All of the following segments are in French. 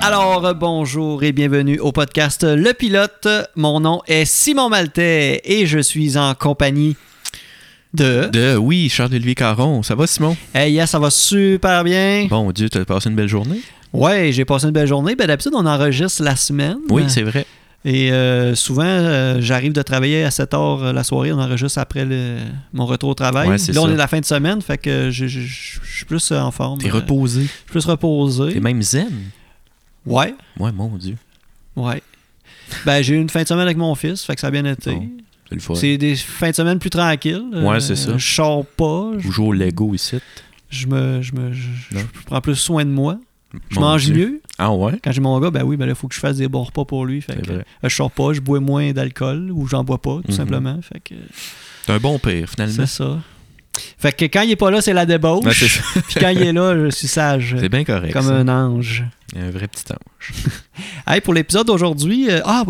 Alors, bonjour et bienvenue au podcast Le Pilote. Mon nom est Simon Maltais et je suis en compagnie Oui, Charles-Olivier Caron. Ça va, Simon? Hey, yeah, ça va super bien. Bon Dieu, t'as passé une belle journée? Ouais, j'ai passé une belle journée. Ben, d'habitude, on enregistre la semaine. Oui, c'est vrai. Et souvent, j'arrive de travailler à 7h la soirée. On enregistre après mon retour au travail. Ouais, c'est là, on ça. est la fin de semaine, fait que je suis plus en forme. T'es reposé. Je suis plus reposé. T'es même zen. Ouais. Ouais, mon Dieu. Ouais. Ben, j'ai eu une fin de semaine avec mon fils, fait que ça a bien été. Bon, c'est le fun. C'est des fins de semaine plus tranquilles. Ouais, c'est ça. Je sors pas. Vous jouez au Lego ici. Je prends plus soin de moi. Je Mon mange Dieu. mieux. Ah ouais? Quand j'ai mon gars, ben oui, ben là, il faut que je fasse des bons repas pour lui. Fait C'est que, vrai. je sors pas, je bois moins d'alcool ou j'en bois pas, tout simplement. Fait que T'es un bon père, finalement. c'est ça. Fait que quand il est pas là, c'est la débauche. Ouais, c'est ça. Puis quand il est là, je suis sage. C'est bien correct. Comme ça. un ange. Un vrai petit ange. Hey, pour l'épisode d'aujourd'hui,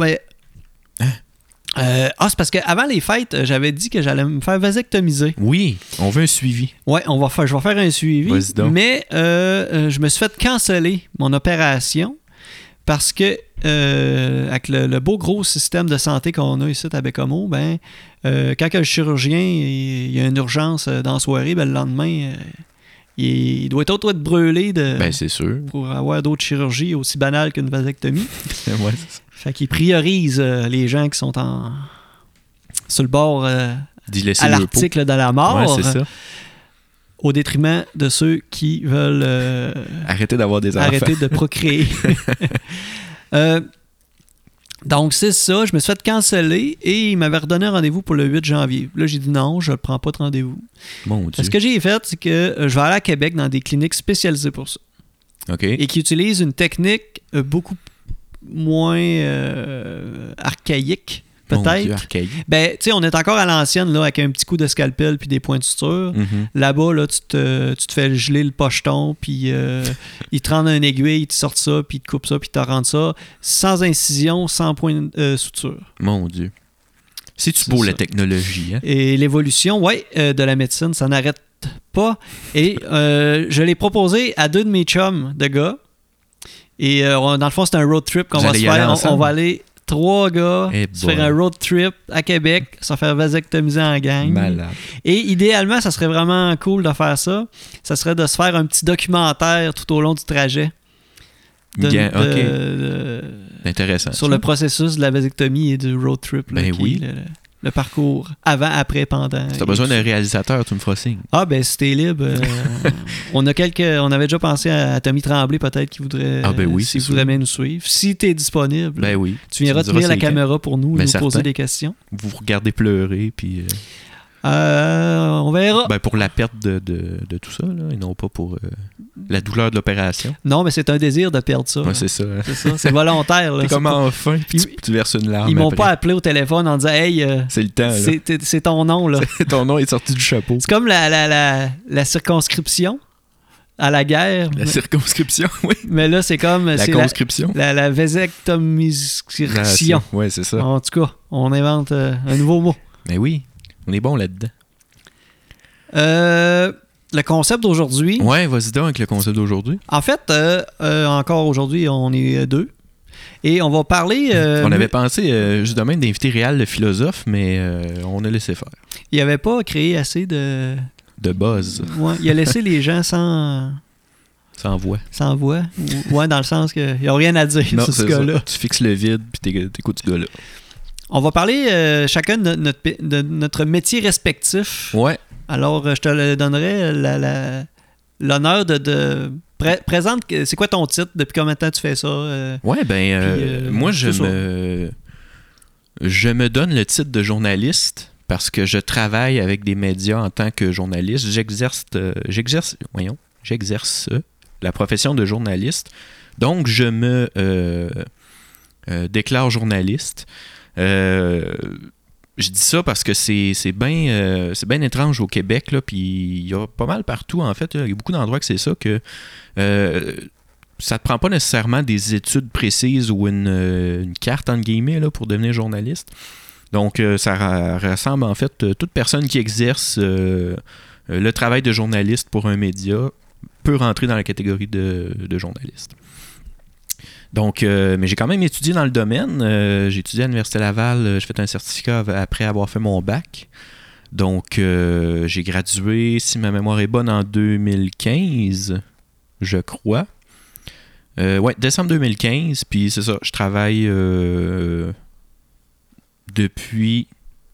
c'est parce qu'avant les fêtes, j'avais dit que j'allais me faire vasectomiser. Oui, on veut un suivi. Ouais, je vais faire un suivi. Vas-y donc. Mais je me suis fait canceller mon opération parce que avec le beau gros système de santé qu'on a ici à Bécomo, ben, quand le chirurgien il y a une urgence dans la soirée, ben, le lendemain, il doit être brûlé Ben, c'est sûr. pour avoir d'autres chirurgies aussi banales qu'une vasectomie. Ouais, c'est ça. Fait qu'il priorise les gens qui sont sur le bord D'y laisser à le pot. l'article de la mort, Ouais, c'est ça. au détriment de ceux qui veulent Arrêtez d'avoir des enfants. arrêter de procréer. Donc, c'est ça. Je me suis fait canceller et il m'avait redonné un rendez-vous pour le 8 janvier. Là, j'ai dit non, je ne prends pas de rendez-vous. Mon Dieu. Ce que j'ai fait, c'est que je vais aller à Québec dans des cliniques spécialisées pour ça OK. et qui utilisent une technique beaucoup moins archaïque, Mon Dieu, peut-être. archaïque. Ben, tu sais, on est encore à l'ancienne, là, avec un petit coup de scalpel puis des points de suture. Mhm. Là-bas, là, tu te fais geler le pocheton, puis ils te rendent un aiguille, ils te sortent ça, puis ils te coupent ça, puis ils te rendent ça, sans incision, sans point de suture. Mon Dieu. C'est-tu C'est beau, ça. la technologie, hein? Et l'évolution, de la médecine, ça n'arrête pas. Et je l'ai proposé à 2 de mes chums de gars. Et dans le fond, c'est un road trip qu'on Vous va allez se y aller faire. ensemble? On va aller 3 gars, Eh se faire boy. un road trip à Québec, se faire vasectomiser en gang. Malade. Et idéalement, ça serait vraiment cool de faire ça. Ça serait de se faire un petit documentaire tout au long du trajet. Bien, OK. de- Intéressant. sur ça. le processus de la vasectomie et du road trip. Là, Ben qui oui. est le parcours avant, après, pendant. Si t'as besoin d'un réalisateur, tu me feras signe. Ah, ben si t'es libre. On avait déjà pensé à Tommy Tremblay, peut-être, qui voudrait. Ah, ben oui, s'il c'est voudrait sûr. bien nous suivre. Si t'es disponible, Ben oui. tu viendras me diras tenir la c'est quand. caméra pour nous, Ben nous poser certain. des questions. Vous vous regardez pleurer, puis... On verra. ben pour la perte de tout ça, là, et non pas pour la douleur de l'opération. Non, mais c'est un désir de perdre ça. Ouais, c'est ça. Hein. C'est ça, c'est volontaire. Là. T'es C'est comme pas- enfin, puis tu verses une larme Ils m'ont après. pas appelé au téléphone en disant Hey, C'est le temps, là. c'est ton nom. Là. Ton nom est sorti du chapeau. C'est comme la circonscription à la guerre. La circonscription, oui. Mais là, c'est comme. La c'est conscription. la vasectomiscription. Ouais, c'est ça. En tout cas, on invente un nouveau mot. Mais oui, on est bon là-dedans. Le concept d'aujourd'hui, Ouais, vas-y donc avec le concept d'aujourd'hui. en fait, encore aujourd'hui, on est 2. Et on va parler. On avait pensé justement d'inviter Réal le philosophe, mais on a laissé faire. Il n'avait pas créé assez de. De buzz, Ouais, il a laissé les gens sans sans voix. Ouais, dans le sens qu'il n'y a rien à dire Non, sur ce c'est gars-là. ça. Tu fixes le vide, puis t'écoutes ce gars-là. On va parler chacun de notre métier respectif. Ouais. Alors, je te donnerai l'honneur de présente. C'est quoi ton titre? Depuis combien de temps tu fais ça? Ouais, ben, moi, c'est ça. je me donne le titre de journaliste parce que je travaille avec des médias en tant que journaliste. J'exerce la profession de journaliste. Donc, je me déclare journaliste. Je dis ça parce que c'est bien étrange au Québec, là, puis il y a pas mal partout, en fait. Il y a beaucoup d'endroits que c'est ça, que ça te prend pas nécessairement des études précises ou une carte, entre guillemets, là, pour devenir journaliste. Donc, ça rassemble, en fait, toute personne qui exerce le travail de journaliste pour un média peut rentrer dans la catégorie de journaliste. Donc, mais j'ai quand même étudié dans le domaine. J'ai étudié à l'Université Laval. J'ai fait un certificat après avoir fait mon bac. Donc, j'ai gradué, si ma mémoire est bonne, en 2015, je crois. Ouais, décembre 2015. Puis c'est ça, je travaille depuis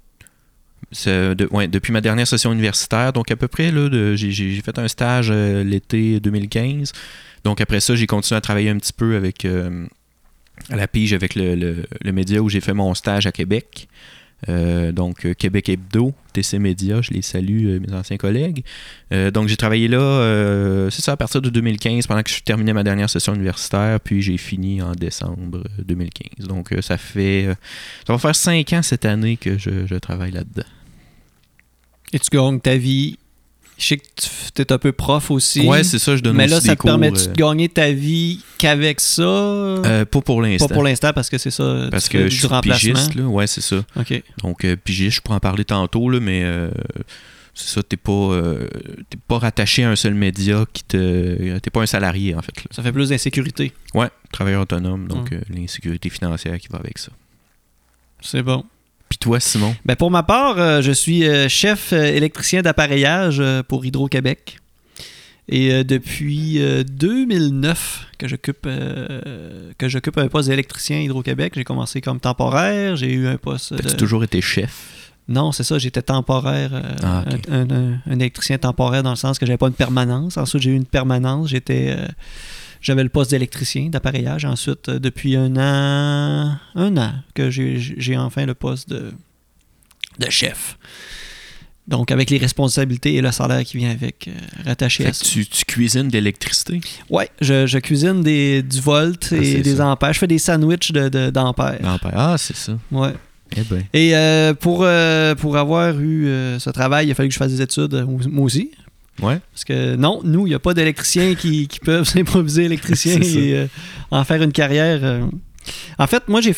ma dernière session universitaire. Donc, à peu près, là, j'ai fait un stage l'été 2015. Donc, après ça, j'ai continué à travailler un petit peu avec à la pige avec le média où j'ai fait mon stage à Québec. Donc, Québec Hebdo, TC Média, je les salue, mes anciens collègues. Donc, j'ai travaillé là, c'est ça, à partir de 2015, pendant que je terminais ma dernière session universitaire, puis j'ai fini en décembre 2015. Donc, ça va faire 5 ans cette année que je travaille là-dedans. Et tu gagnes ta vie. Je sais que tu es un peu prof aussi. Ouais, c'est ça, je donne mais aussi là, des cours. Mais là, ça te permet de gagner ta vie qu'avec ça? Pas pour l'instant. Pas pour l'instant, parce que c'est ça. Parce que je suis pigiste, là. Ouais, c'est ça. OK. Donc, pigiste, je pourrais en parler tantôt, là, mais c'est ça, t'es pas rattaché à un seul média t'es pas un salarié, en fait. Là. Ça fait plus d'insécurité. Ouais, travailleur autonome, donc l'insécurité financière qui va avec ça. C'est bon. Puis toi, Simon? Ben pour ma part, je suis chef électricien d'appareillage pour Hydro-Québec. Et depuis 2009 que j'occupe un poste d'électricien Hydro-Québec. J'ai commencé comme temporaire, j'ai eu un poste As-tu toujours été chef? Non, c'est ça, j'étais temporaire, okay. un électricien temporaire dans le sens que j'avais pas une permanence. Ensuite, j'ai eu une permanence, j'avais le poste d'électricien d'appareillage. Ensuite, depuis un an que j'ai enfin le poste de chef. Donc, avec les responsabilités et le salaire qui vient avec, rattaché à ça. Tu cuisines d'électricité? Oui, je cuisine du volt et des ampères. Je fais des sandwichs d'ampères. Ah, c'est ça. Ouais. Eh ben. Et pour avoir eu ce travail, il a fallu que je fasse des études, moi aussi. Ouais. Parce que non, nous, il n'y a pas d'électriciens qui peuvent s'improviser électriciens et en faire une carrière. En fait, moi,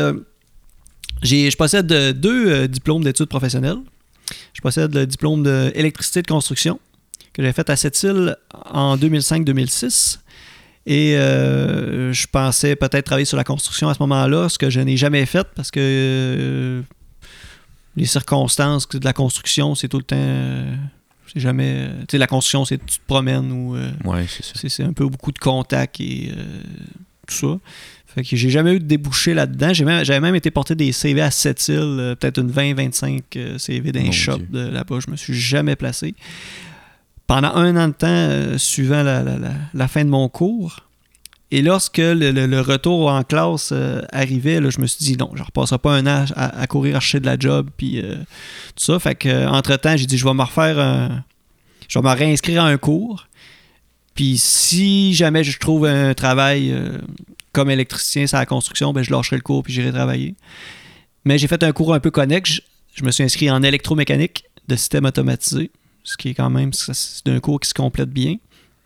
je possède 2 diplômes d'études professionnelles. Je possède le diplôme d'électricité de construction que j'ai fait à Sept-Îles en 2005-2006. Et je pensais peut-être travailler sur la construction à ce moment-là, ce que je n'ai jamais fait parce que les circonstances de la construction, c'est tout le temps... c'est jamais... tu sais, la construction, c'est tu te promènes ou... ouais, c'est ça. C'est un peu beaucoup de contacts et tout ça. Fait que j'ai jamais eu de débouché là-dedans. J'avais même été porter des CV à Sept-Îles, peut-être une 20-25 CV d'un shop de là-bas. Je me suis jamais placé. Pendant 1 an de temps, suivant la fin de mon cours, et lorsque le retour en classe arrivait, là, je me suis dit non, je ne repasserai pas 1 an à courir acheter de la job puis tout ça. Fait que entre-temps, j'ai dit je vais me réinscrire à un cours. Puis si jamais je trouve un travail comme électricien sur la construction, ben je lâcherai le cours puis j'irai travailler. Mais j'ai fait un cours un peu connexe. Je me suis inscrit en électromécanique de système automatisé, ce qui est quand même c'est un cours qui se complète bien.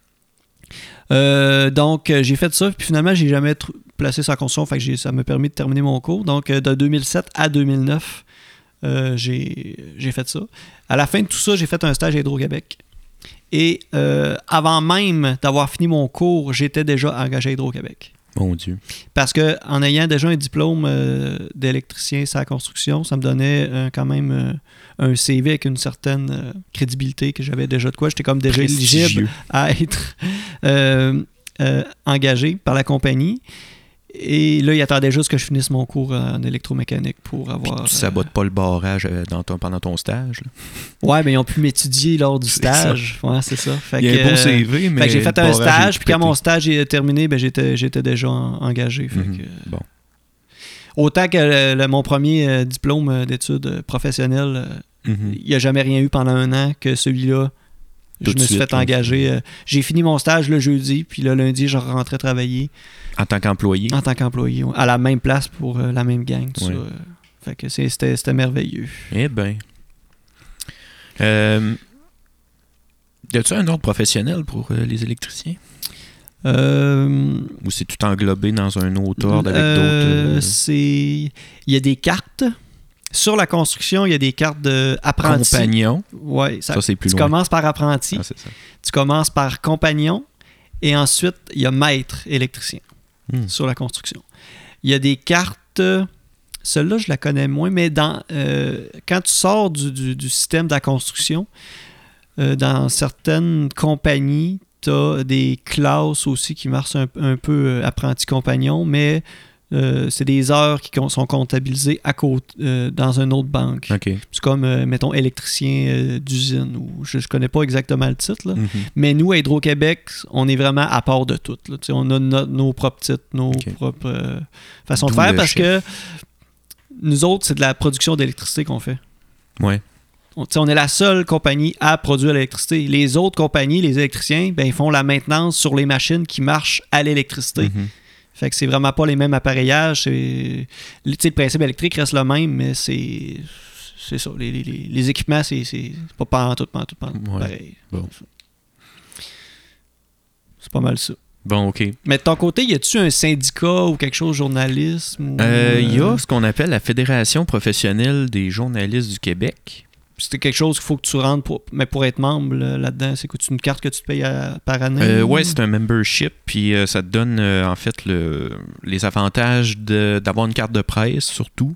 Donc j'ai fait ça, puis finalement j'ai jamais placé sur la construction, fait que ça m'a permis de terminer mon cours. Donc de 2007 à 2009, j'ai fait ça. À la fin de tout ça, j'ai fait un stage à Hydro-Québec. Et avant même d'avoir fini mon cours, j'étais déjà engagé à Hydro-Québec. Mon Dieu. Parce qu'en ayant déjà un diplôme d'électricien sur la construction, ça me donnait quand même un CV avec une certaine crédibilité que j'avais déjà de quoi. J'étais comme déjà éligible à être engagé par la compagnie. Et là, il attendait juste que je finisse mon cours en électromécanique pour avoir... Puis tu sabotes pas le barrage pendant ton stage? Là. Ouais, mais ils ont pu m'étudier lors du stage. Ouais, c'est ça. Il y a un beau CV, mais... Fait que j'ai fait un stage, puis quand mon stage est terminé, ben j'étais déjà engagé. Fait que, bon. Autant que mon premier diplôme d'études professionnelles, il n'y a jamais rien eu pendant 1 an que celui-là... Je me suis fait engager. J'ai fini mon stage le jeudi, puis le lundi, je rentrais travailler. En tant qu'employé? En tant qu'employé, ouais. À la même place pour la même gang, tout ça. Fait que c'était merveilleux. Eh bien. Y a-tu un ordre professionnel pour les électriciens? Ou c'est tout englobé dans un autre ordre avec d'autres? Il y a des cartes. Sur la construction, il y a des cartes d'apprenti. Compagnon. Oui, ça c'est plus loin. Tu commences par apprenti. Ah, c'est ça. Tu commences par compagnon. Et ensuite, il y a maître électricien. sur la construction. Il y a des cartes, celle-là, je la connais moins, mais quand tu sors du système de la construction, dans certaines compagnies, tu as des classes aussi qui marchent un peu apprenti compagnon, mais c'est des heures qui sont comptabilisées à côté, dans une autre banque. Okay. C'est comme, mettons, électricien d'usine. Ou je ne connais pas exactement le titre. Là. Mais nous, à Hydro-Québec, on est vraiment à part de tout. Là. On a nos propres titres, nos propres façons de faire parce que nous autres, c'est de la production d'électricité qu'on fait. Ouais. On est la seule compagnie à produire l'électricité. Les autres compagnies, les électriciens, ben, ils font la maintenance sur les machines qui marchent à l'électricité. Fait que c'est vraiment pas les mêmes appareillages. Le principe électrique reste le même, mais c'est ça. Les équipements, c'est pas tout pareil. Bon. C'est pas mal ça. Bon, OK. Mais de ton côté, y a-tu un syndicat ou quelque chose, journalisme? Il y a ce qu'on appelle la Fédération professionnelle des journalistes du Québec. C'était quelque chose qu'il faut que tu rentres pour être membre là-dedans. C'est quoi, une carte que tu te payes par année? Oui, c'est un membership. Puis ça te donne en fait les avantages d'avoir une carte de presse, surtout.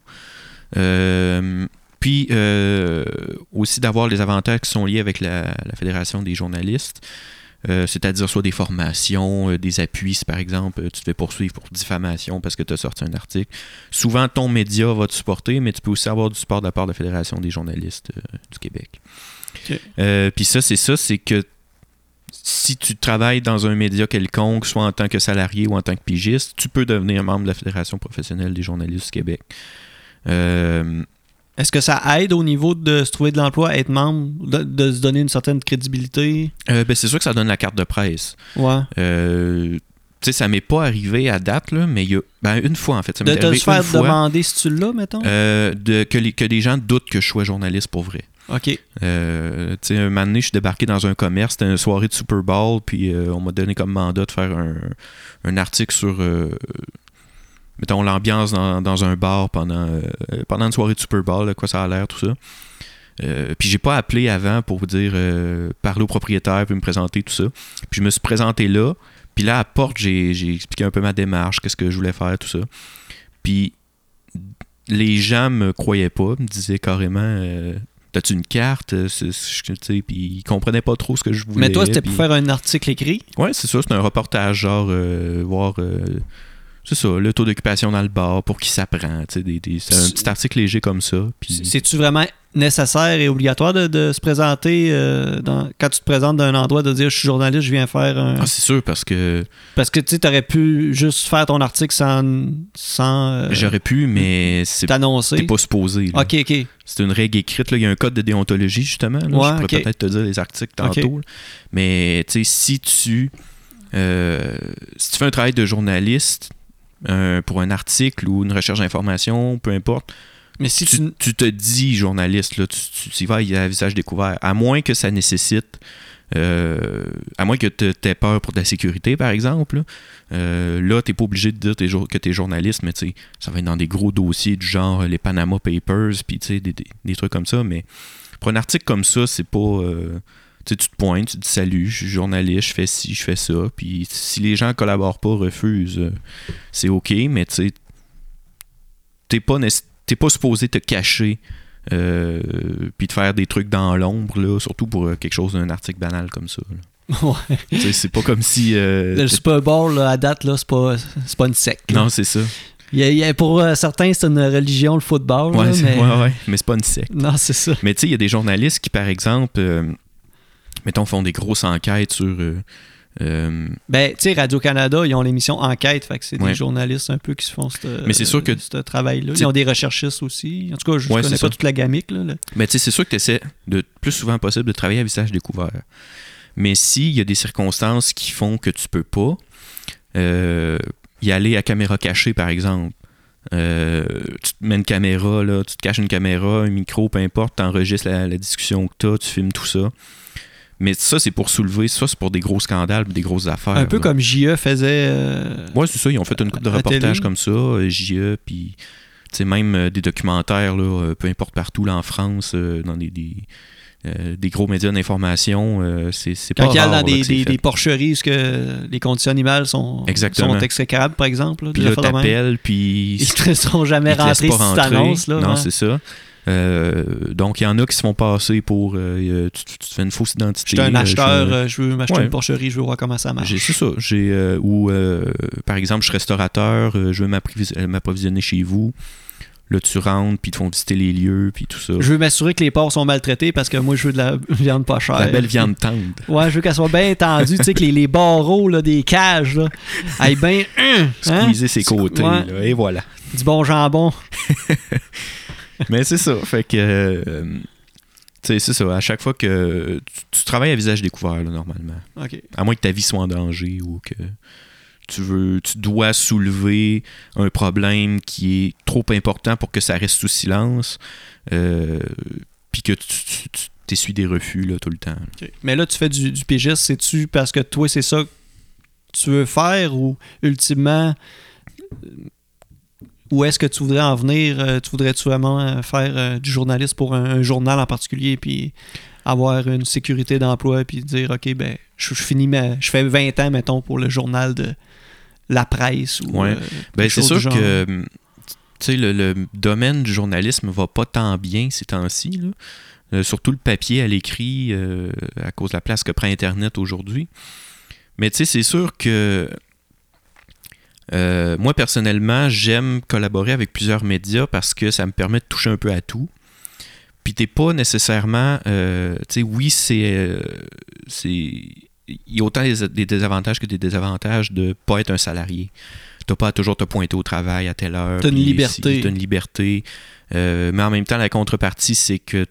Puis aussi d'avoir les avantages qui sont liés avec la Fédération des journalistes. C'est-à-dire soit des formations, des appuis, si par exemple tu te fais poursuivre pour diffamation parce que tu as sorti un article. Souvent, ton média va te supporter, mais tu peux aussi avoir du support de la part de la Fédération des journalistes du Québec. Okay. Puis c'est que si tu travailles dans un média quelconque, soit en tant que salarié ou en tant que pigiste, tu peux devenir membre de la Fédération professionnelle des journalistes du Québec. Est-ce que ça aide au niveau de se trouver de l'emploi, être membre, de se donner une certaine crédibilité? Ben c'est sûr que ça donne la carte de presse. Ouais. Tu sais, ça m'est pas arrivé à date, là, mais il y a une fois, en fait. Ça m'est arrivé se faire demander si tu l'as, mettons? Que les gens doutent que je sois journaliste pour vrai. OK. Tu sais, un moment donné, je suis débarqué dans un commerce, c'était une soirée de Super Bowl, puis on m'a donné comme mandat de faire un article sur... mettons, l'ambiance dans un bar pendant une soirée de Super Bowl, là, quoi ça a l'air, tout ça. Puis j'ai pas appelé avant pour vous dire parler au propriétaire puis me présenter, tout ça. Puis je me suis présenté là. Puis là, à la porte, j'ai expliqué un peu ma démarche, qu'est-ce que je voulais faire, tout ça. Puis les gens me croyaient pas, me disaient carrément t'as-tu une carte? Puis ils comprenaient pas trop ce que je voulais. Mais toi, c'était pour faire un article écrit? Ouais, c'est ça, c'est un reportage, genre voir... c'est ça, le taux d'occupation dans le bar, pour qui ça prend. C'est un petit article léger comme ça. Puis... C'est-tu vraiment nécessaire et obligatoire de se présenter quand tu te présentes d'un endroit, de dire je suis journaliste, je viens faire un... Ah, c'est sûr, parce que tu aurais pu juste faire ton article sans j'aurais pu, mais t'annoncer. T'es pas supposé. Là. OK. C'est une règle écrite. Là. Il y a un code de déontologie, justement. Là. Ouais, je pourrais peut-être te dire les articles tantôt. Là. Mais si tu fais un travail de journaliste pour un article ou une recherche d'information, peu importe, mais si tu te dis journaliste, là, tu y vas à visage découvert, à moins que ça nécessite, à moins que tu aies peur pour ta sécurité, par exemple, là, tu n'es pas obligé de dire que tu es journaliste, mais ça va être dans des gros dossiers du genre les Panama Papers, puis des trucs comme ça, mais pour un article comme ça, c'est pas... tu te pointes, tu te dis salut, je suis journaliste, je fais ci, je fais ça. Puis si les gens collaborent pas, refusent, c'est OK, mais tu sais, t'es pas supposé te cacher puis de faire des trucs dans l'ombre, là, surtout pour quelque chose d'un article banal comme ça. Là. Ouais. C'est pas comme si... le Super Bowl, là, à date, là, c'est pas une secte. Non, c'est ça. Pour certains, c'est une religion, le football. Ouais, là, mais c'est pas une secte. Non, c'est ça. Mais tu sais, il y a des journalistes qui, par exemple... mettons, font des grosses enquêtes sur... tu sais, Radio-Canada, ils ont l'émission Enquête, fait que c'est des journalistes un peu qui se font mais c'est sûr que ce travail-là. Ils ont des recherchistes aussi. En tout cas, je connais pas toute la gamique. Là. Mais tu sais, c'est sûr que tu essaies le plus souvent possible de travailler à visage découvert. Mais s'il y a des circonstances qui font que tu peux pas y aller à caméra cachée, par exemple, tu te mets une caméra, là, tu te caches une caméra, un micro, peu importe, tu enregistres la discussion que tu as, tu filmes tout ça. Mais ça, c'est pour soulever, ça, c'est pour des gros scandales, des grosses affaires. Un peu là. Comme J.E. faisait... Ouais, c'est ça, ils ont fait une couple de reportages comme ça, J.E., puis même des documentaires, là, peu importe partout, là, en France, dans des des gros médias d'information, c'est pas Quand il y a rare, dans là, que c'est fait. des porcheries, est-ce que les conditions animales sont exécrables, par exemple? Là, puis là, t'appelles, puis... Ils ne seront jamais rentrés si tu t'annonces. Non, c'est ça. Donc, il y en a qui se font passer pour... tu fais une fausse identité. Je suis un acheteur, je veux m'acheter une porcherie, je veux voir comment ça marche. C'est ça. Par exemple, je suis restaurateur, je veux m'approvisionner chez vous. Là, tu rentres, puis ils te font visiter les lieux, puis tout ça. Je veux m'assurer que les porcs sont maltraités parce que moi, je veux de la viande pas chère. La belle viande tendre. Ouais, je veux qu'elle soit bien tendue. Tu sais, que les barreaux là, des cages, là, aillent bien... Squeezer ses côtés, là, et voilà. Du bon jambon. Mais c'est ça. Fait que... c'est ça. À chaque fois que... Tu travailles à visage découvert, là, normalement. OK. À moins que ta vie soit en danger ou que... Tu dois soulever un problème qui est trop important pour que ça reste sous silence, puis que tu t'essuies des refus là, tout le temps. Okay. Mais là, tu fais du pigisme, c'est-tu parce que toi, c'est ça que tu veux faire ou ultimement, où est-ce que tu voudrais en venir? Tu voudrais-tu vraiment faire du journalisme pour un journal en particulier, puis avoir une sécurité d'emploi, puis dire, OK, ben, je fais 20 ans, mettons, pour le journal de la presse ou c'est sûr que le domaine du journalisme va pas tant bien ces temps-ci, là. Surtout le papier à l'écrit à cause de la place que prend Internet aujourd'hui. Mais c'est sûr que moi personnellement j'aime collaborer avec plusieurs médias parce que ça me permet de toucher un peu à tout. Puis t'es pas nécessairement oui il y a autant des désavantages que des désavantages de pas être un salarié. T'as pas à toujours te pointer au travail à telle heure. T'as une liberté. T'as une liberté. Mais en même temps, la contrepartie, c'est que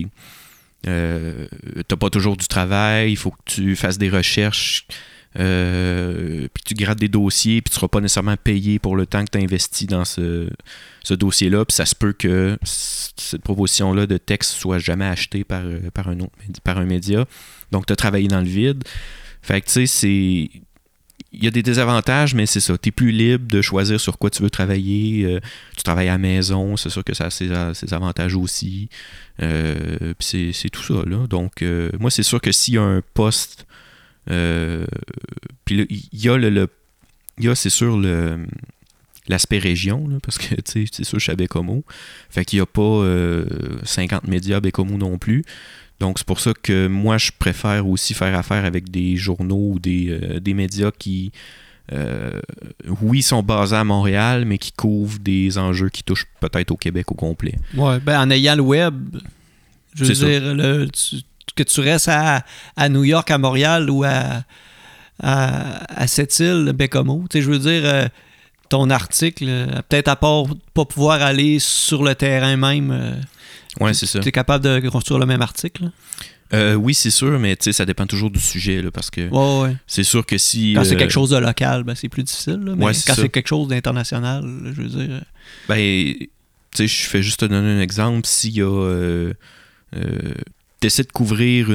t'as pas toujours du travail. Il faut que tu fasses des recherches, puis que tu grattes des dossiers, puis tu seras pas nécessairement payé pour le temps que tu as investi dans ce dossier-là. Puis ça se peut que cette proposition-là de texte soit jamais achetée par un média. Donc, tu as travaillé dans le vide. Fait que, tu sais, il y a des désavantages, mais c'est ça. Tu es plus libre de choisir sur quoi tu veux travailler. Tu travailles à la maison, c'est sûr que ça a ses avantages aussi. Puis c'est tout ça, là. Donc, moi, c'est sûr que s'il y a un poste... puis là, il y a, c'est sûr, l'aspect région, là, parce que, tu sais, c'est sûr, je suis à Bécomo. Fait qu'il n'y a pas 50 médias à Bécomo non plus. Donc, c'est pour ça que moi, je préfère aussi faire affaire avec des journaux ou des médias qui, oui, sont basés à Montréal, mais qui couvrent des enjeux qui touchent peut-être au Québec au complet. Ouais, ben en ayant le web, je veux dire, que tu restes à New York, à Montréal ou à Sept-Îles, Bécomo, tu sais, je veux dire, ton article, peut-être à part pas pouvoir aller sur le terrain même... Ouais, c'est ça. Tu es capable de construire le même article? Oui, c'est sûr, mais ça dépend toujours du sujet, là, parce que c'est sûr que si... Quand c'est quelque chose de local, ben, c'est plus difficile, là, mais quand c'est quelque chose d'international, je veux dire... Je fais juste te donner un exemple. S'il y a... tu essaies de couvrir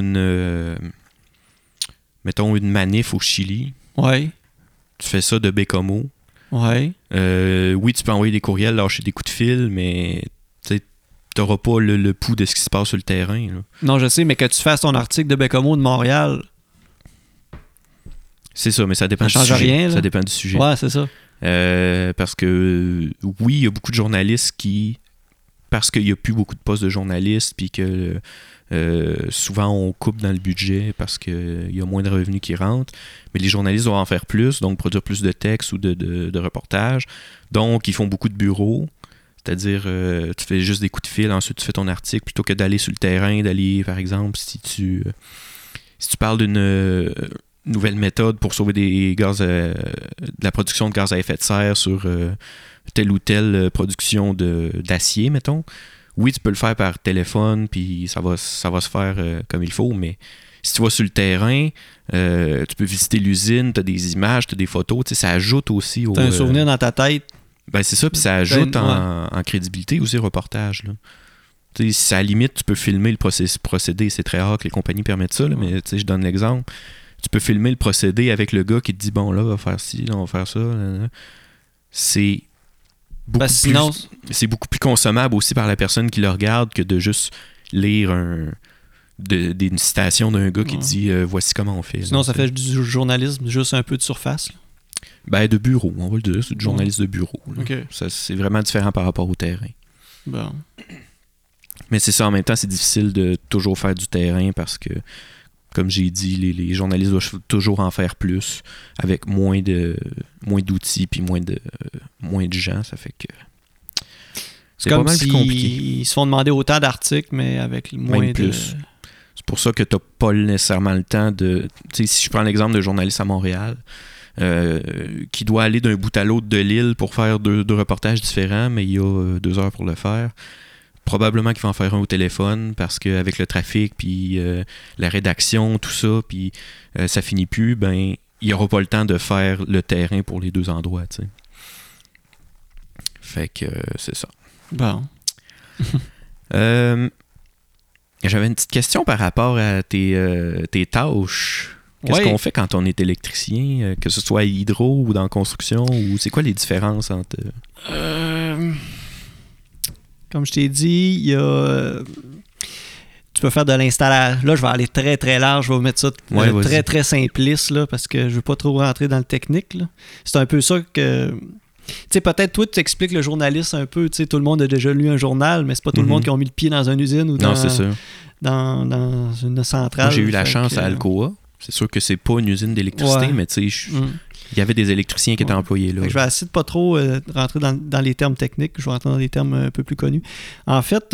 mettons, une manif au Chili. Ouais. Tu fais ça de Bécomo. Ouais. Oui, tu peux envoyer des courriels, lâcher des coups de fil, mais... t'auras pas le pouls de ce qui se passe sur le terrain. Là. Non, je sais, mais que tu fasses ton article de Bécomo de Montréal... C'est ça, mais ça dépend du sujet. Rien, ça dépend du sujet. Ouais, c'est ça. Parce que, oui, il y a beaucoup de journalistes qui... Parce qu'il n'y a plus beaucoup de postes de journalistes, puis que souvent on coupe dans le budget parce qu'il y a moins de revenus qui rentrent. Mais les journalistes doivent en faire plus, donc produire plus de textes ou de reportages. Donc, ils font beaucoup de bureaux. C'est-à-dire, tu fais juste des coups de fil, ensuite tu fais ton article, plutôt que d'aller sur le terrain, d'aller, par exemple, si tu parles d'une nouvelle méthode pour sauver des gaz, de la production de gaz à effet de serre sur telle ou telle production d'acier, mettons. Oui, tu peux le faire par téléphone, puis ça va se faire comme il faut, mais si tu vas sur le terrain, tu peux visiter l'usine, tu as des images, tu as des photos, ça ajoute aussi au... Tu as un souvenir dans ta tête. Ben c'est ça, puis ça ajoute en crédibilité aussi au reportage. Là. Si à la limite, tu peux filmer le procédé, c'est très rare que les compagnies permettent ça, là, mais je donne l'exemple. Tu peux filmer le procédé avec le gars qui te dit, bon là, on va faire ci, là, on va faire ça. Là. C'est beaucoup plus consommable aussi par la personne qui le regarde que de juste lire d'une citation d'un gars qui dit voici comment on fait. Sinon, là, ça fait du journalisme, juste un peu de surface. Là. Ben, de bureau, on va le dire. C'est du journaliste de bureau. Okay. Ça, c'est vraiment différent par rapport au terrain. Bon. Mais c'est ça, en même temps, c'est difficile de toujours faire du terrain parce que, comme j'ai dit, les journalistes doivent toujours en faire plus avec moins d'outils puis moins de gens. Ça fait que c'est comme pas mal plus compliqué. Ils se font demander autant d'articles, mais avec moins même plus. C'est pour ça que t'as pas nécessairement le temps de... Tu sais, si je prends l'exemple de journaliste à Montréal, qui doit aller d'un bout à l'autre de l'île pour faire deux reportages différents, mais il y a 2 heures pour le faire. Probablement qu'il va en faire un au téléphone parce qu'avec le trafic, puis la rédaction, tout ça, puis ça finit plus, ben il n'y aura pas le temps de faire le terrain pour les 2 endroits, tu sais. Fait que c'est ça. Bon. J'avais une petite question par rapport à tes tâches. Qu'est-ce qu'on fait quand on est électricien, que ce soit à hydro ou dans la construction, ou c'est quoi les différences entre... Comme je t'ai dit, il y a... Tu peux faire de l'installation. Là, je vais aller très, très large. Je vais vous mettre ça très, très simpliste, là, parce que je veux pas trop rentrer dans le technique. Là. C'est un peu ça que... Tu sais, peut-être toi, tu expliques le journaliste un peu. Tu sais, tout le monde a déjà lu un journal, mais c'est pas tout le monde qui a mis le pied dans une usine ou dans une centrale. Moi, j'ai eu la chance à Alcoa. C'est sûr que c'est pas une usine d'électricité, mais tu sais, il y avait des électriciens qui étaient employés là. Je vais essayer de pas trop rentrer dans les termes techniques. Je vais rentrer dans des termes un peu plus connus. En fait,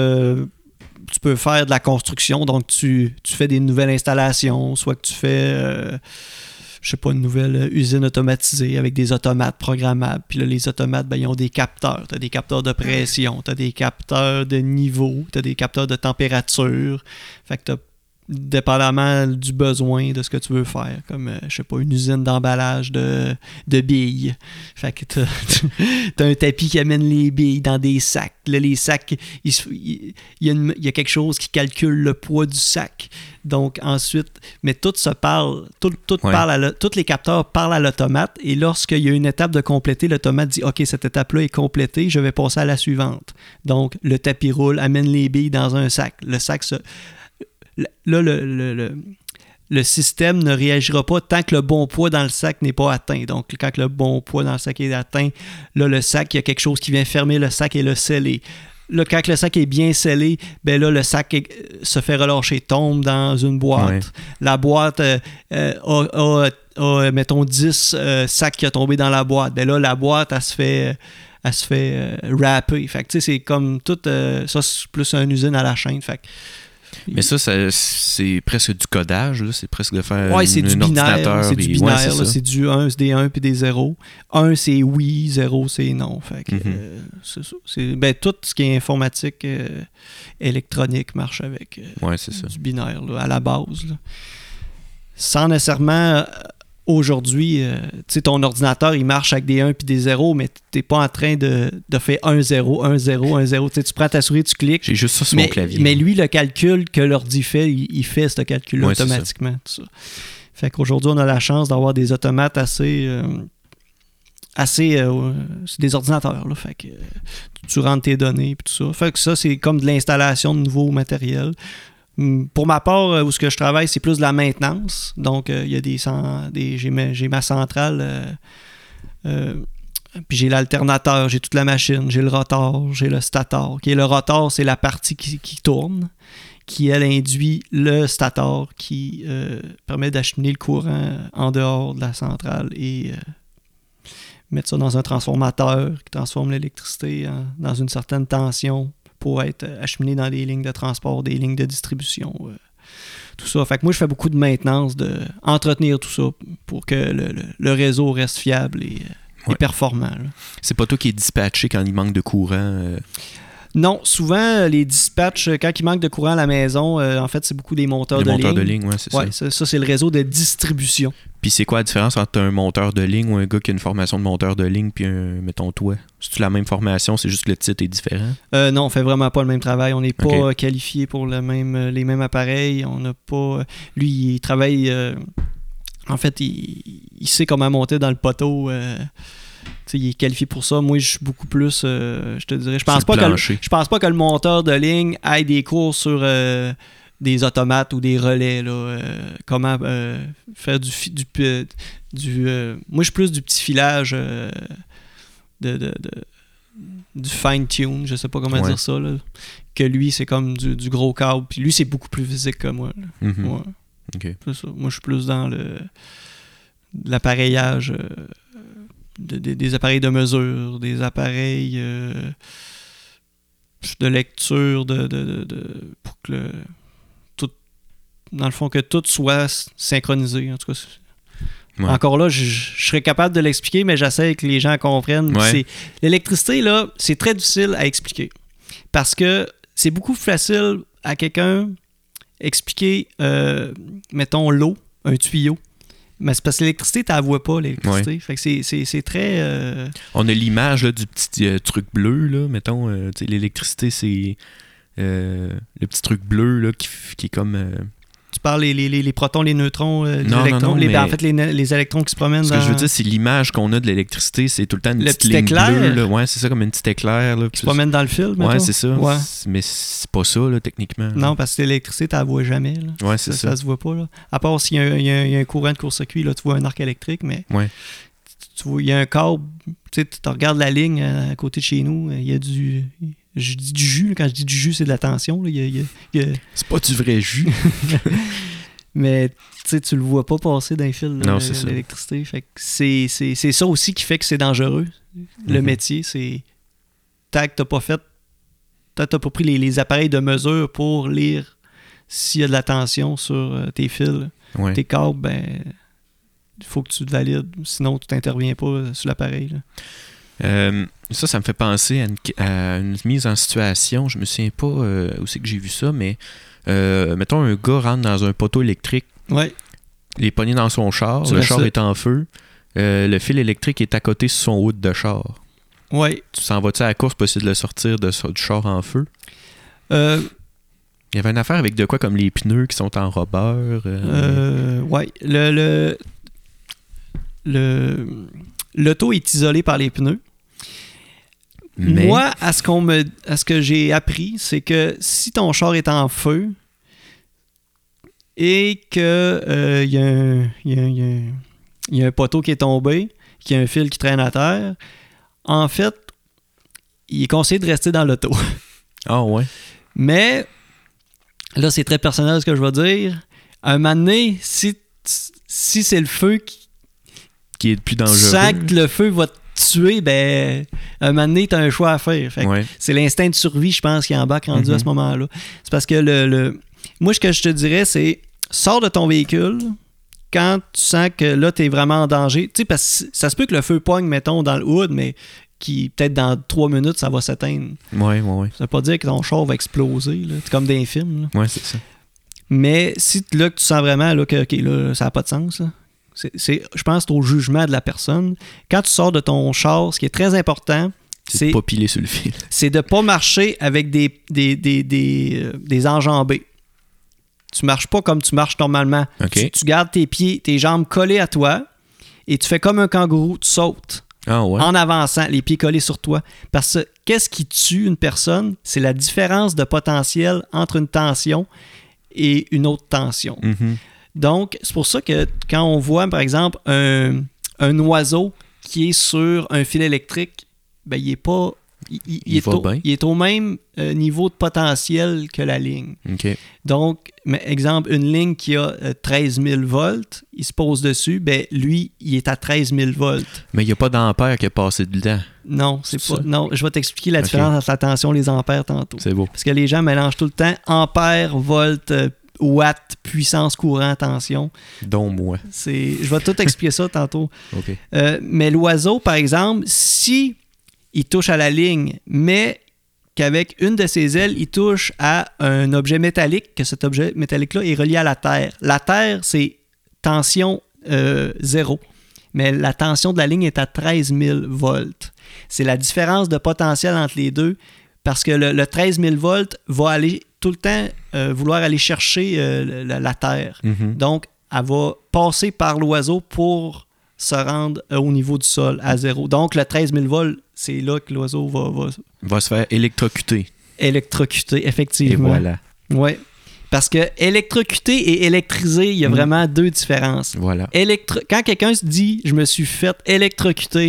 tu peux faire de la construction. Donc, tu fais des nouvelles installations. Soit que tu fais, je sais pas, une nouvelle usine automatisée avec des automates programmables. Puis là, les automates, ben, ils ont des capteurs. Tu as des capteurs de pression. Tu as des capteurs de niveau. Tu as des capteurs de température. Fait que tu as dépendamment du besoin de ce que tu veux faire, comme, je sais pas, une usine d'emballage de billes. Fait que t'as un tapis qui amène les billes dans des sacs. Là, les sacs, il y a quelque chose qui calcule le poids du sac. Donc, ensuite, mais tout se parle, tous les capteurs parlent à l'automate, et lorsqu'il y a une étape de compléter, l'automate dit « OK, cette étape-là est complétée, je vais passer à la suivante. » Donc, le tapis roule, amène les billes dans un sac. Le sac se... Là, le système ne réagira pas tant que le bon poids dans le sac n'est pas atteint. Donc, quand le bon poids dans le sac est atteint, là, le sac, il y a quelque chose qui vient fermer le sac et le sceller. Là, quand le sac est bien scellé, ben là, le sac se fait relâcher, tombe dans une boîte. Ouais. La boîte a, mettons, 10 sacs qui ont tombé dans la boîte. Ben là, la boîte, elle se fait wrapper. Fait que, tu sais, c'est comme tout... ça, c'est plus une usine à la chaîne. Fait que, mais ça, c'est presque du codage, là. C'est presque de faire c'est du binaire. C'est du binaire, c'est du 1, c'est des 1 puis des 0. 1, c'est oui, 0, c'est non. Fait que, c'est ça. Ben, tout ce qui est informatique, électronique marche avec du binaire, là, à la base. Là. Sans nécessairement... Aujourd'hui, tu sais, ton ordinateur, il marche avec des 1 puis des 0, mais tu n'es pas en train de faire 1, 0, 1, 0, 1, 0. Tu sais, tu prends ta souris, tu cliques. J'ai juste ça sur mon clavier. Mais lui, le calcul que l'ordi fait, il fait ce calcul-là automatiquement. Tout ça. Fait qu'aujourd'hui, on a la chance d'avoir des automates assez c'est des ordinateurs. Là. Fait que tu rentres tes données et tout ça. Fait que ça, c'est comme de l'installation de nouveaux matériels. Pour ma part, où ce que je travaille, c'est plus de la maintenance. Donc, il y a j'ai ma centrale, puis j'ai l'alternateur, j'ai toute la machine, j'ai le rotor, j'ai le stator. Le rotor, c'est la partie qui tourne, qui, elle, induit le stator, qui permet d'acheminer le courant en dehors de la centrale et mettre ça dans un transformateur qui transforme l'électricité dans une certaine tension pour être acheminé dans des lignes de transport, des lignes de distribution, tout ça. Fait que moi, je fais beaucoup de maintenance, d'entretenir tout ça pour que le réseau reste fiable et performant. Là. C'est pas toi qui est dispatché quand il manque de courant? Non, souvent, les dispatchs, quand il manque de courant à la maison, en fait, c'est beaucoup des monteurs de ligne. Les monteurs de ligne, oui, c'est ça. Ça, c'est le réseau de distribution. Puis c'est quoi la différence entre un monteur de ligne ou un gars qui a une formation de monteur de ligne puis mettons, toi? C'est-tu la même formation, c'est juste que le titre est différent? Non, on fait vraiment pas le même travail. On n'est pas qualifié pour les mêmes appareils. On n'a pas... Lui, il travaille... en fait, il sait comment monter dans le poteau... il est qualifié pour ça. Moi, je suis beaucoup plus, je te dirais, je pense pas que le monteur de ligne ait des cours sur des automates ou des relais. Là, comment faire moi, je suis plus du petit filage du fine-tune, je sais pas comment dire ça. Là, que lui, c'est comme du gros câble. Puis lui, c'est beaucoup plus physique que moi. Là. Mm-hmm. Ouais. Okay. C'est ça. Moi, je suis plus dans l'appareillage des appareils de mesure, des appareils de lecture, pour que dans le fond, que tout soit synchronisé. En tout cas, encore là, je serais capable de l'expliquer, mais j'essaie que les gens comprennent. L'électricité, là, c'est très difficile à expliquer. Parce que c'est beaucoup plus facile à quelqu'un expliquer, mettons, l'eau, un tuyau. Mais c'est parce que l'électricité, tu la vois pas, l'électricité. Fait que c'est très... On a l'image là, du petit truc bleu, là, mettons. L'électricité, c'est le petit truc bleu là, qui est comme... Tu parles les protons, les neutrons, les Non, électrons. mais en fait, les électrons qui se promènent Ce que je veux dire, c'est l'image qu'on a de l'électricité. C'est tout le temps une petite ligne bleue. Là. Ouais, c'est ça, comme une petite éclair. Là, qui se promène dans le fil, mettons. Ouais, c'est ça. Ouais. Mais c'est pas ça, là, techniquement. Non, parce que l'électricité, tu la vois jamais. Là. Ouais, c'est ça. Ça se voit pas. Là. À part s'il y a un courant de court-circuit, là, tu vois un arc électrique, mais tu vois, il y a un câble. Tu regardes la ligne à côté de chez nous, il y a du... Je dis du jus. Quand je dis du jus, c'est de la tension. Là. C'est pas du vrai jus. Mais tu le vois pas passer d'un fil de l'électricité. Fait que c'est ça aussi qui fait que c'est dangereux. Le métier, c'est tant que t'as pas pris les appareils de mesure pour lire s'il y a de la tension sur tes fils, tes câbles, ben il faut que tu te valides. Sinon, tu t'interviens pas sur l'appareil. Ça me fait penser à une mise en situation. Je me souviens pas où c'est que j'ai vu ça, mais mettons un gars rentre dans un poteau électrique. Ouais. Il est pogné dans son char. Le char est en feu. Le fil électrique est à côté sur son hood de char. Ouais. Tu s'en vas-tu à la course pour essayer de le sortir du char en feu? Il y avait une affaire avec de quoi comme les pneus qui sont en rubber. Ouais. L'auto est isolée par les pneus. Mais... Moi, à ce que j'ai appris, c'est que si ton char est en feu et que y a un poteau qui est tombé, qu'il y a un fil qui traîne à terre, en fait, il est conseillé de rester dans l'auto. Ah ouais. Mais là, c'est très personnel ce que je vais dire. À un moment donné, si c'est le feu qui est le plus dangereux, tu sens que le feu va te tuer, ben, à un moment donné, tu as un choix à faire. Fait c'est l'instinct de survie, je pense, qui embarque rendu à ce moment-là. C'est parce que moi, ce que je te dirais, c'est sors de ton véhicule quand tu sens que là, tu es vraiment en danger. Tu sais, parce que ça se peut que le feu pogne, mettons, dans le hood, mais qui peut-être dans 3 minutes, ça va s'éteindre. Ouais. Ça veut pas dire que ton char va exploser. Là. C'est comme dans les films. Ouais, c'est ça. Mais si là, que tu sens vraiment là, que là, ça n'a pas de sens, là. Je pense que c'est au jugement de la personne. Quand tu sors de ton char, ce qui est très important, c'est de pas piler sur le fil. C'est de pas marcher avec des enjambées. Tu marches pas comme tu marches normalement. Okay. Tu gardes tes pieds, tes jambes collées à toi et tu fais comme un kangourou, tu sautes. En avançant, les pieds collés sur toi. Parce que qu'est-ce qui tue une personne? C'est la différence de potentiel entre une tension et une autre tension. Mm-hmm. Donc, c'est pour ça que quand on voit, par exemple, un oiseau qui est sur un fil électrique, ben, il est pas... Il est au même niveau de potentiel que la ligne. Okay. Donc, exemple, une ligne qui a 13 000 volts, il se pose dessus, ben lui, il est à 13 000 volts. Mais il n'y a pas d'ampère qui est passé dedans. Non, c'est pas. Non, je vais t'expliquer la différence entre la tension et les ampères tantôt. C'est beau. Parce que les gens mélangent tout le temps ampères, volts, watts, puissance, courant, tension. Donc moi. Je vais tout expliquer ça tantôt. Okay. Mais l'oiseau, par exemple, si il touche à la ligne, mais qu'avec une de ses ailes, il touche à un objet métallique, que cet objet métallique-là est relié à la Terre. La Terre, c'est tension 0, mais la tension de la ligne est à 13 000 volts. C'est la différence de potentiel entre les deux, parce que le 13 000 volts va aller tout le temps vouloir aller chercher la Terre. Mm-hmm. Donc, elle va passer par l'oiseau pour se rendre au niveau du sol à 0. Donc, le 13 000 volts, c'est là que l'oiseau va se faire électrocuter. Électrocuter, effectivement. Et voilà. Ouais. Parce que électrocuter et électriser, il y a vraiment deux différences. Voilà. Quand quelqu'un se dit « je me suis fait électrocuter »,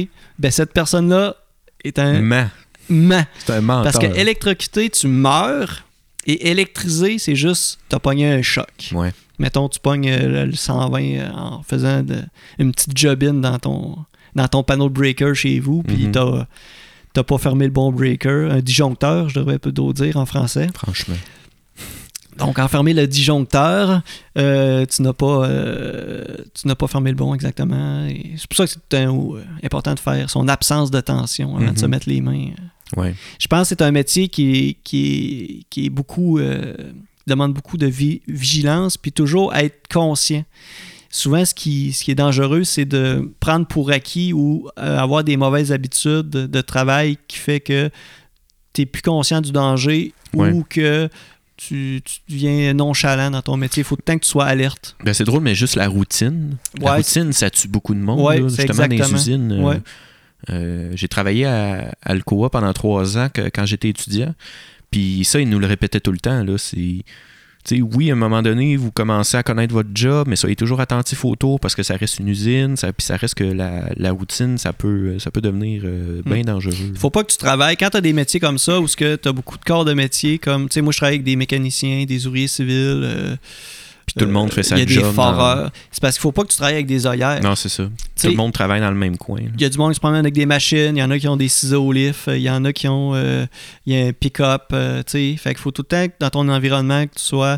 ben cette personne-là est un ment. C'est un menteur. Parce que électrocuter, tu meurs, et électriser, c'est juste t'as pogné un choc. Ouais. Mettons, tu pognes le 120 en faisant une petite jobine dans ton panneau de breaker chez vous, puis t'as pas fermé le bon breaker, un disjoncteur, je devrais plutôt dire en français. Franchement. Donc, enfermer le disjoncteur, tu n'as pas fermé le bon exactement. Et c'est pour ça que c'est important de faire son absence de tension avant de se mettre les mains. Ouais. Je pense que c'est un métier qui est beaucoup demande beaucoup de vigilance, puis toujours être conscient. Souvent, ce qui est dangereux, c'est de prendre pour acquis ou avoir des mauvaises habitudes de travail qui fait que tu n'es plus conscient du danger ou que tu deviens nonchalant dans ton métier. Il faut tout le temps que tu sois alerte. Ben, c'est drôle, mais juste la routine. La routine, ça tue beaucoup de monde. Ouais, là, justement, dans les usines. Ouais. J'ai travaillé à Alcoa pendant 3 ans quand j'étais étudiant. Puis ça, ils nous le répétaient tout le temps. Là, oui, à un moment donné, vous commencez à connaître votre job, mais soyez toujours attentif autour parce que ça reste une usine, puis ça reste que la routine, ça peut devenir bien dangereux. Faut pas que tu travailles, quand tu as des métiers comme ça, où tu as beaucoup de corps de métier, comme, tu sais, moi je travaille avec des mécaniciens, des ouvriers civils, puis tout le monde fait sa job. Il y a des foreurs. C'est parce qu'il faut pas que tu travailles avec des œillères. Non, c'est ça. Tout le monde travaille dans le même coin. Il y a du monde qui se promène avec des machines, il y en a qui ont des ciseaux au lift, il y en a qui ont il y a un pick-up, tu sais. Fait qu'il faut tout le temps que dans ton environnement que tu sois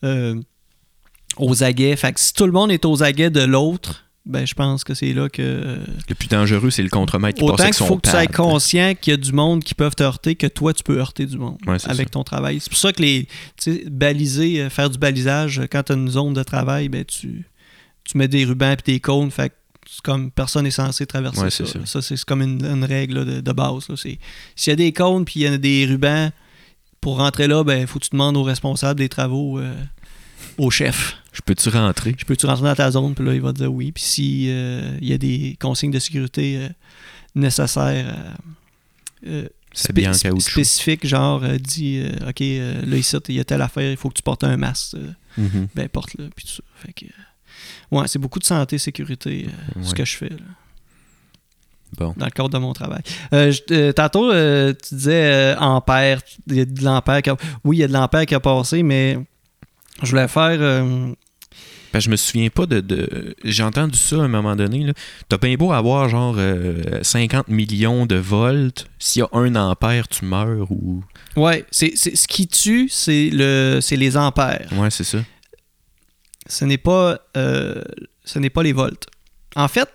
aux aguets. Fait que si tout le monde est aux aguets de l'autre, ben je pense que c'est là que... Le plus dangereux, c'est le contremaître qui passe avec son Autant qu'il faut que tu pad. sois conscient qu'il y a du monde qui peuvent te heurter, que toi, tu peux heurter du monde avec ton travail. C'est pour ça que baliser, faire du balisage, quand tu as une zone de travail, ben tu mets des rubans et des cônes, fait que c'est comme personne n'est censé traverser ça. Ça, c'est comme une règle là, de base. Là. S'il y a des cônes puis il y a des rubans, pour rentrer là, ben faut que tu demandes au responsable des travaux, au chef. Je peux-tu rentrer? Dans ta zone? Puis là, il va te dire oui. Puis s'il y a des consignes de sécurité nécessaires spécifiques, genre dit OK, là ici, il y a telle affaire, il faut que tu portes un masque. Ben porte-le, puis tout ça. Fait que c'est beaucoup de santé, sécurité, ce que je fais là. Bon. Dans le cadre de mon travail. Tantôt, tu disais ampère, il y a de l'ampère oui, il y a de l'ampère qui a passé, mais je voulais faire... Ben, je me souviens pas j'ai entendu ça à un moment donné. Là. T'as bien beau avoir genre 50 millions de volts, s'il y a 1 ampère, tu meurs ou... Ouais, ce qui tue, c'est les ampères. Ouais, c'est ça. Ce n'est pas les volts. En fait,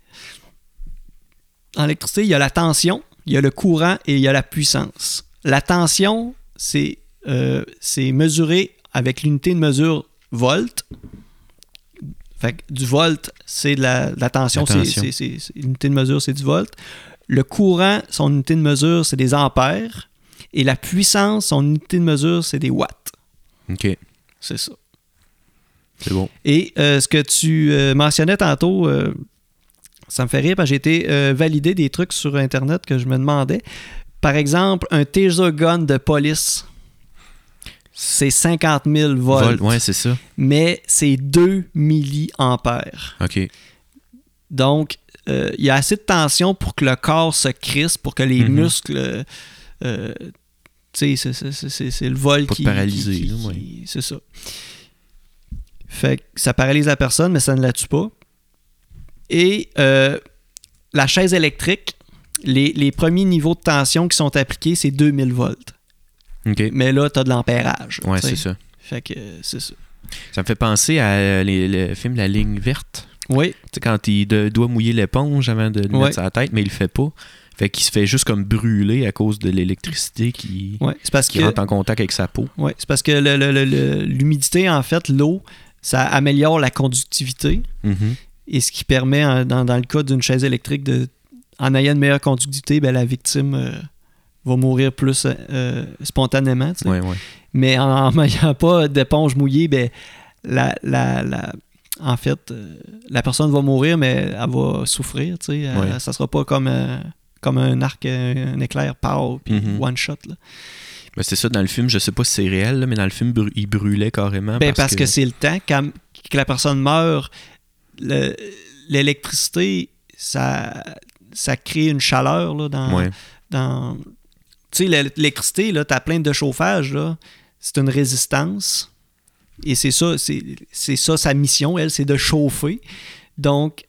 en électricité, il y a la tension, il y a le courant et il y a la puissance. La tension, c'est mesuré avec l'unité de mesure volt. Fait que du volt, c'est de la tension. C'est l'unité de mesure, c'est du volt. Le courant, son unité de mesure, c'est des ampères. Et la puissance, son unité de mesure, c'est des watts. OK. C'est ça. C'est bon. Et ce que tu mentionnais tantôt, ça me fait rire parce que j'ai été valider des trucs sur Internet que je me demandais. Par exemple, un taser gun de police, c'est 50 000 volts. Ouais, c'est ça. Mais c'est 2 milliampères. OK. Donc, il y a assez de tension pour que le corps se crispe, pour que les muscles... tu sais, c'est le vol pas qui... Pas paralyser. C'est ça. Fait que ça paralyse la personne, mais ça ne la tue pas. Et la chaise électrique, les premiers niveaux de tension qui sont appliqués, c'est 2000 volts. Okay. Mais là, tu as de l'ampérage. Ouais, c'est ça. Fait que c'est ça. Ça me fait penser à le film La Ligne Verte. Oui. Tu sais, quand il doit mouiller l'éponge avant de le mettre sur la tête, mais il le fait pas. Fait qu'il se fait juste comme brûler à cause de l'électricité qui rentre en contact avec sa peau. Oui, c'est parce que l'humidité, en fait, l'eau, ça améliore la conductivité. Mm-hmm. Et ce qui permet, dans le cas d'une chaise électrique, en ayant une meilleure conductivité, ben, la victime va mourir plus spontanément. Tu sais. Ouais. Mais en n'ayant pas d'éponge mouillée, ben, en fait, la personne va mourir, mais elle va souffrir. Tu sais. Ça sera pas comme un arc, un éclair pow, puis one shot. Là. Ben, c'est ça, dans le film, je sais pas si c'est réel, là, mais dans le film, il brûlait carrément. Parce que c'est le temps. Quand que la personne meurt, l'électricité, ça crée une chaleur là, dans tu sais, l'électricité, là, ta plainte de chauffage, là, c'est une résistance. Et c'est ça sa mission, elle, c'est de chauffer. Donc,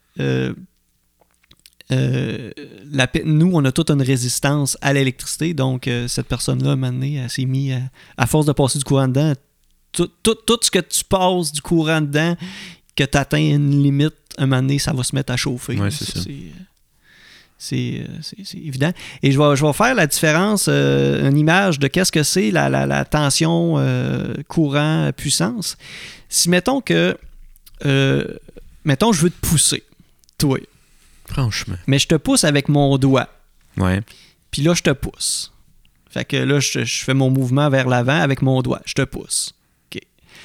nous, on a toute une résistance à l'électricité. Donc, cette personne-là, à un moment donné, elle s'est mise, à force de passer du courant dedans, tout ce que tu passes du courant dedans, que tu atteins une limite, à un moment donné, ça va se mettre à chauffer. Ouais, c'est ça. C'est évident. Et je vais faire la différence, une image de qu'est-ce que c'est la tension courant puissance. Si mettons que je veux te pousser, toi. Franchement. Mais je te pousse avec mon doigt. Ouais. Puis là, je te pousse. Fait que là, je fais mon mouvement vers l'avant avec mon doigt. Je te pousse. OK.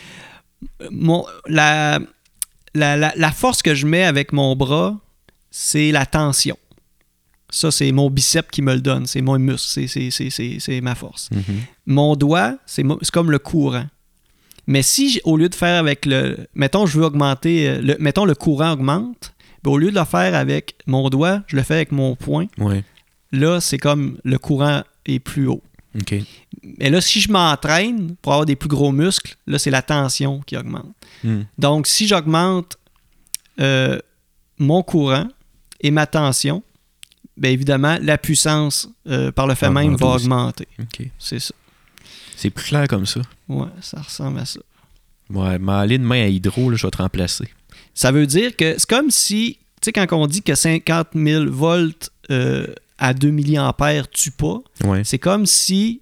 La force que je mets avec mon bras, c'est la tension. Ça, c'est mon biceps qui me le donne. C'est mon muscle. C'est ma force. Mm-hmm. Mon doigt, c'est comme le courant. Mais si, au lieu de faire avec mettons, je veux augmenter... mettons, le courant augmente. Ben, au lieu de le faire avec mon doigt, je le fais avec mon poing. Ouais. Là, c'est comme le courant est plus haut. OK. Mais là, si je m'entraîne pour avoir des plus gros muscles, là, c'est la tension qui augmente. Mm. Donc, si j'augmente mon courant et ma tension, bien évidemment, la puissance, par le fait même, va augmenter. OK. C'est ça. C'est plus clair comme ça. Ouais, ça ressemble à ça. Ouais, mais aller demain à Hydro, là, je vais te remplacer. Ça veut dire que c'est comme si, tu sais, quand on dit que 50 000 volts à 2 milliampères tue pas, ouais. c'est comme si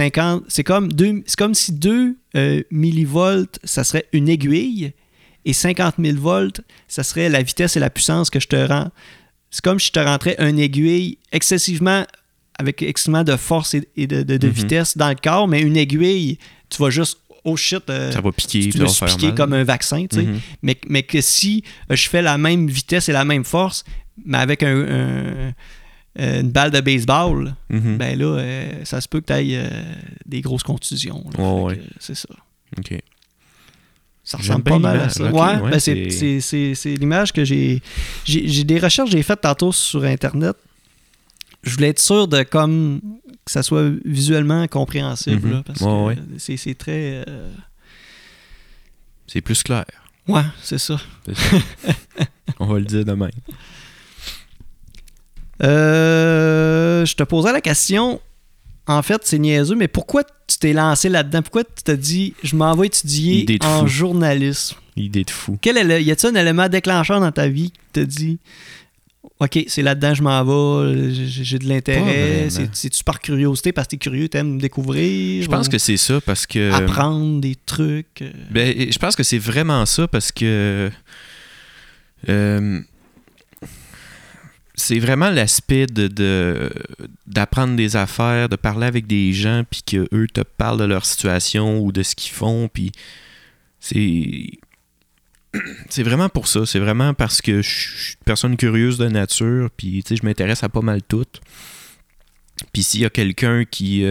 2 millivolts, ça serait une aiguille, et 50 000 volts, ça serait la vitesse et la puissance que je te rends. C'est comme si je te rentrais une aiguille avec excessivement de force et de vitesse dans le corps, mais une aiguille, tu vas juste, oh shit, ça va piquer, tu vas se piquer comme un vaccin, tu sais. Mais que si je fais la même vitesse et la même force, mais avec une balle de baseball, ben là, ça se peut que tu ailles des grosses contusions. Là, ouais. C'est ça. OK. Ça ressemble pas mal à ça. Okay, ouais, ben c'est l'image que j'ai des recherches que j'ai faites tantôt sur Internet. Je voulais être sûr de que ça soit visuellement compréhensible. Là, parce que c'est très... C'est plus clair. Ouais, c'est ça. On va le dire demain. Je te posais la question, en fait, c'est niaiseux, mais pourquoi tu t'es lancé là-dedans? Pourquoi tu t'as dit, je m'en vais étudier en journalisme? Idée de fou. Y a-t-il un élément déclencheur dans ta vie qui t'a dit, OK, c'est là-dedans, je m'en vais, j'ai de l'intérêt, c'est-tu par curiosité, parce que t'es curieux, t'aimes découvrir? Je pense que c'est ça, parce que... Apprendre des trucs? Ben, je pense que c'est vraiment ça, parce que... c'est vraiment l'aspect d'apprendre des affaires, de parler avec des gens, puis qu'eux te parlent de leur situation ou de ce qu'ils font, puis c'est vraiment pour ça. C'est vraiment parce que je suis une personne curieuse de nature, puis je m'intéresse à pas mal tout. Puis s'il y a quelqu'un qui...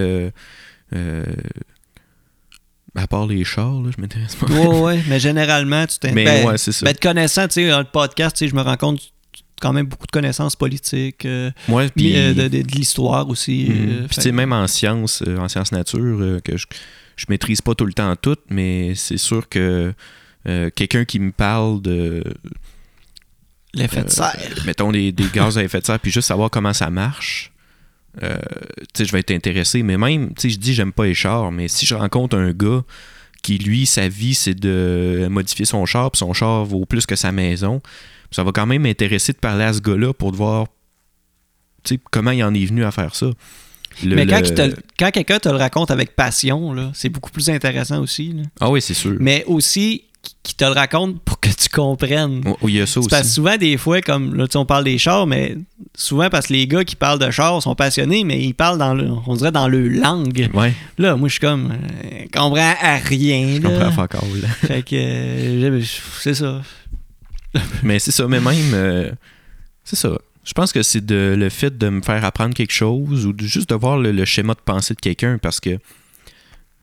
à part les chars, là, je m'intéresse pas. Ouais, mais généralement, tu t'intéresse. Ouais, c'est ça. Ben, te connaissant, tu sais, dans le podcast, je me rends compte quand même beaucoup de connaissances politiques, puis de l'histoire aussi. Puis tu sais, même en sciences nature, que je maîtrise pas tout le temps tout, mais c'est sûr que quelqu'un qui me parle de l'effet de serre, mettons des gaz à effet de serre, puis juste savoir comment ça marche, tu sais, je vais être intéressé. Mais même, tu sais, je dis j'aime pas les chars, mais si je rencontre un gars qui, lui, sa vie, c'est de modifier son char, puis son char vaut plus que sa maison, ça va quand même m'intéresser de parler à ce gars-là pour voir, tu sais, comment il en est venu à faire ça. Mais quand quelqu'un te le raconte avec passion, là, c'est beaucoup plus intéressant aussi. Là. Ah oui, c'est sûr. Mais aussi qui te le raconte pour que tu comprennes. Oh, il y a ça aussi. Parce que souvent, des fois, comme là, on parle des chars, mais souvent parce que les gars qui parlent de chars sont passionnés, mais ils parlent on dirait dans leur langue. Ouais. Là, moi, je suis comme, je comprends à rien. Je comprends pas encore. Là. Fait que, c'est ça. Mais c'est ça, mais même, c'est ça. Je pense que c'est le fait de me faire apprendre quelque chose ou juste de voir le schéma de pensée de quelqu'un, parce que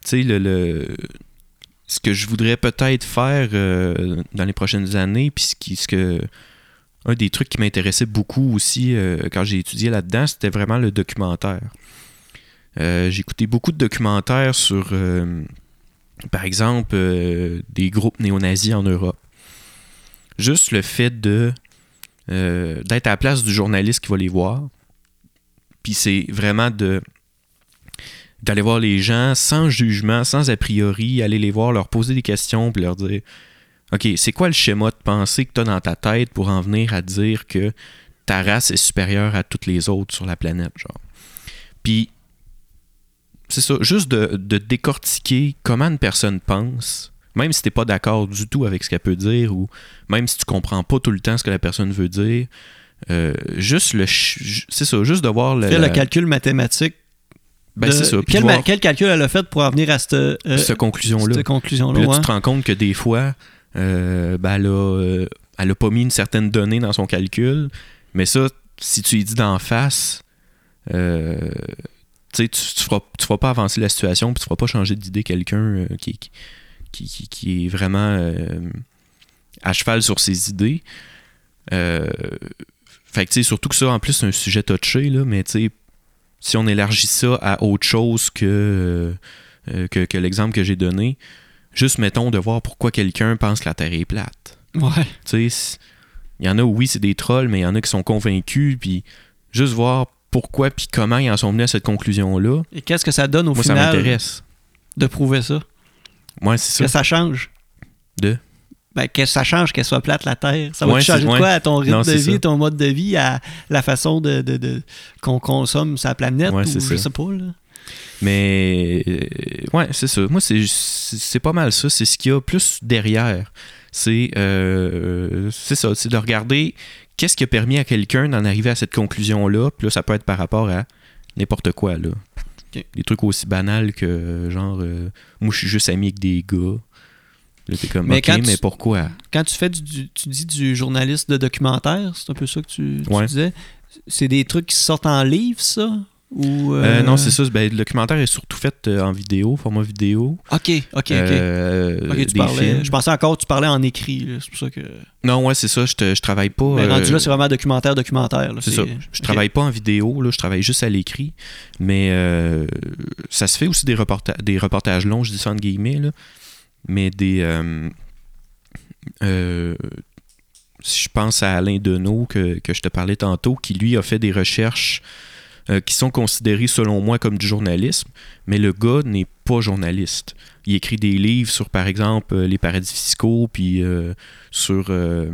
tu sais, ce que je voudrais peut-être faire dans les prochaines années, puis un des trucs qui m'intéressait beaucoup aussi quand j'ai étudié là-dedans, c'était vraiment le documentaire. J'ai écouté beaucoup de documentaires sur, par exemple, des groupes néo-nazis en Europe. Juste le fait d'être à la place du journaliste qui va les voir, puis c'est vraiment d'aller voir les gens sans jugement, sans a priori, aller les voir, leur poser des questions, puis leur dire « OK, c'est quoi le schéma de pensée que tu as dans ta tête pour en venir à dire que ta race est supérieure à toutes les autres sur la planète, genre. » Puis, c'est ça, juste de décortiquer comment une personne pense, même si t'es pas d'accord du tout avec ce qu'elle peut dire, ou même si tu comprends pas tout le temps ce que la personne veut dire, c'est ça, juste de voir le calcul mathématique. C'est ça. Quel calcul elle a fait pour en venir à cette conclusion-là? Puis là, tu te rends compte que des fois, elle a pas mis une certaine donnée dans son calcul, mais ça, si tu lui dis d'en face, tu feras pas avancer la situation, puis tu feras pas changer d'idée quelqu'un qui est vraiment à cheval sur ses idées. Fait que, tu sais, surtout que ça, en plus, c'est un sujet touché, là, mais tu sais, si on élargit ça à autre chose que l'exemple que j'ai donné, juste, mettons, de voir pourquoi quelqu'un pense que la Terre est plate. Ouais. Tu sais, il y en a, oui, c'est des trolls, mais il y en a qui sont convaincus, puis juste voir pourquoi puis comment ils en sont venus à cette conclusion-là. Et qu'est-ce que ça donne au final? Moi, ça m'intéresse. De prouver ça. Ouais, c'est ça. Que ça change. Que ça change qu'elle soit plate, la Terre. Ça va changer de quoi à ton rythme de vie, ton mode de vie, à la façon qu'on consomme sa planète, ou je sais pas, là. Mais, ouais, c'est ça. Moi, c'est pas mal ça. C'est ce qu'il y a plus derrière. C'est ça. C'est de regarder qu'est-ce qui a permis à quelqu'un d'en arriver à cette conclusion-là. Puis là, ça peut être par rapport à n'importe quoi, là. Okay. Des trucs aussi banals que, genre, moi, je suis juste ami avec des gars. Là, t'es comme, mais mais pourquoi? Quand tu fais tu dis du journaliste de documentaire, c'est un peu ça que tu disais. C'est des trucs qui sortent en livre, ça? Ou non, c'est ça. Le documentaire est surtout fait en vidéo, format vidéo. OK, tu parlais. Je pensais encore que tu parlais en écrit. Là, c'est pour ça que... Non, ouais, c'est ça. Je travaille pas... Mais rendu là, c'est vraiment documentaire. Là, c'est ça. Je travaille pas en vidéo. Là, je travaille juste à l'écrit. Mais ça se fait aussi des reportages longs, je dis ça entre guillemets. Là. Mais si je pense à Alain Deneau, que je te parlais tantôt, qui lui a fait des recherches qui sont considérés selon moi comme du journalisme, mais le gars n'est pas journaliste. Il écrit des livres sur, par exemple, les paradis fiscaux, puis sur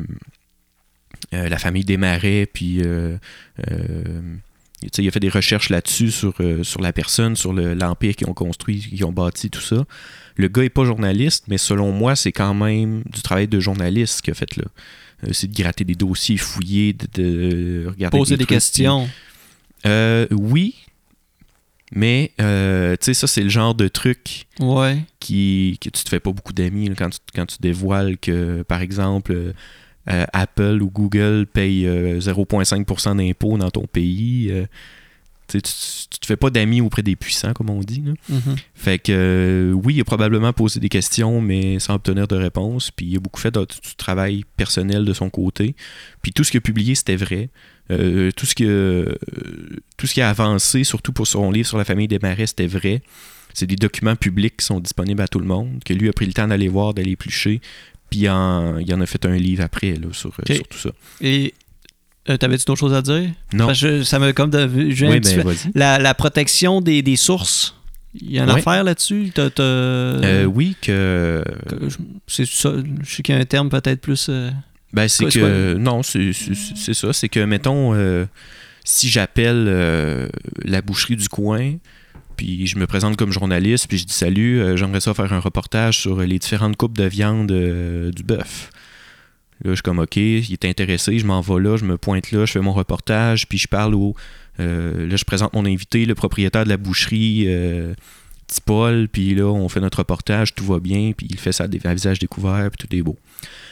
la famille Desmarais, puis il a fait des recherches là-dessus sur la personne, sur l'empire qu'ils ont construit, qu'ils ont bâti, tout ça. Le gars n'est pas journaliste, mais selon moi, c'est quand même du travail de journaliste qu'il a fait là. C'est de gratter des dossiers, fouiller, de regarder poser des questions. Oui, mais ça, c'est le genre de truc que tu te fais pas beaucoup d'amis là, quand tu dévoiles que, par exemple, Apple ou Google paye 0,5% d'impôts dans ton pays. Tu te fais pas d'amis auprès des puissants, comme on dit. Là. Mm-hmm. Fait que oui, il a probablement posé des questions, mais sans obtenir de réponse. Puis il a beaucoup fait du travail personnel de son côté. Puis tout ce qu'il a publié, c'était vrai. Tout ce qui a avancé, surtout pour son livre sur la famille Desmarais, c'était vrai. C'est des documents publics qui sont disponibles à tout le monde, que lui a pris le temps d'aller voir, d'aller éplucher. Puis il en a fait un livre après là, sur tout ça. Et t'avais-tu d'autres choses à dire? Non. Ça me comme la protection des sources. Il y a une affaire là-dessus? Oui, c'est ça. Je sais qu'il y a un terme peut-être plus... c'est que... Non, c'est ça. C'est que, mettons, si j'appelle la boucherie du coin, puis je me présente comme journaliste, puis je dis « Salut, j'aimerais ça faire un reportage sur les différentes coupes de viande du bœuf. » Là, je suis comme, OK, il est intéressé, je m'en vais là, je me pointe là, je fais mon reportage, puis je parle là, je présente mon invité, le propriétaire de la boucherie, Petit Paul, puis là, on fait notre reportage, tout va bien, puis il fait ça à visage découvert, puis tout est beau.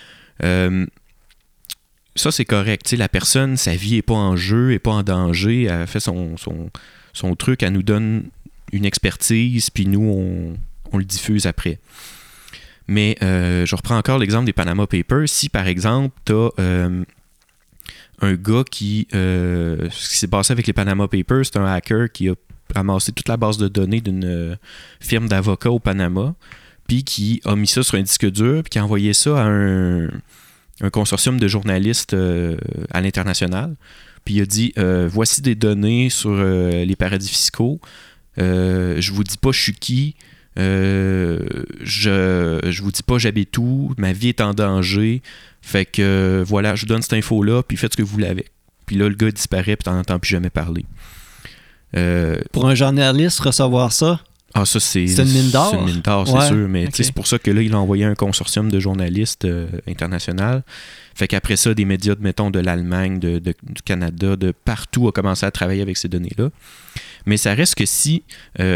Ça, c'est correct. T'sais, la personne, sa vie n'est pas en jeu, n'est pas en danger, elle fait son truc, elle nous donne une expertise, puis nous, on le diffuse après. Mais je reprends encore l'exemple des Panama Papers. Si, par exemple, tu as un gars ce qui s'est passé avec les Panama Papers, c'est un hacker qui a ramassé toute la base de données d'une firme d'avocats au Panama, puis qui a mis ça sur un disque dur, puis qui a envoyé ça à un consortium de journalistes à l'international. Puis il a dit voici des données sur les paradis fiscaux. Je vous dis pas je suis qui. Je vous dis pas j'habite où. Ma vie est en danger. Fait que voilà, je vous donne cette info-là, puis faites ce que vous voulez avec. Puis là, le gars disparaît, puis t'en entends plus jamais parler. Pour un journaliste, recevoir ça, ça, c'est une mine d'or. C'est une mine d'or, c'est sûr. Mais c'est pour ça que là, il a envoyé un consortium de journalistes international. Fait qu'après ça, des médias, mettons, de l'Allemagne, du Canada, de partout, a commencé à travailler avec ces données-là. Mais ça reste que si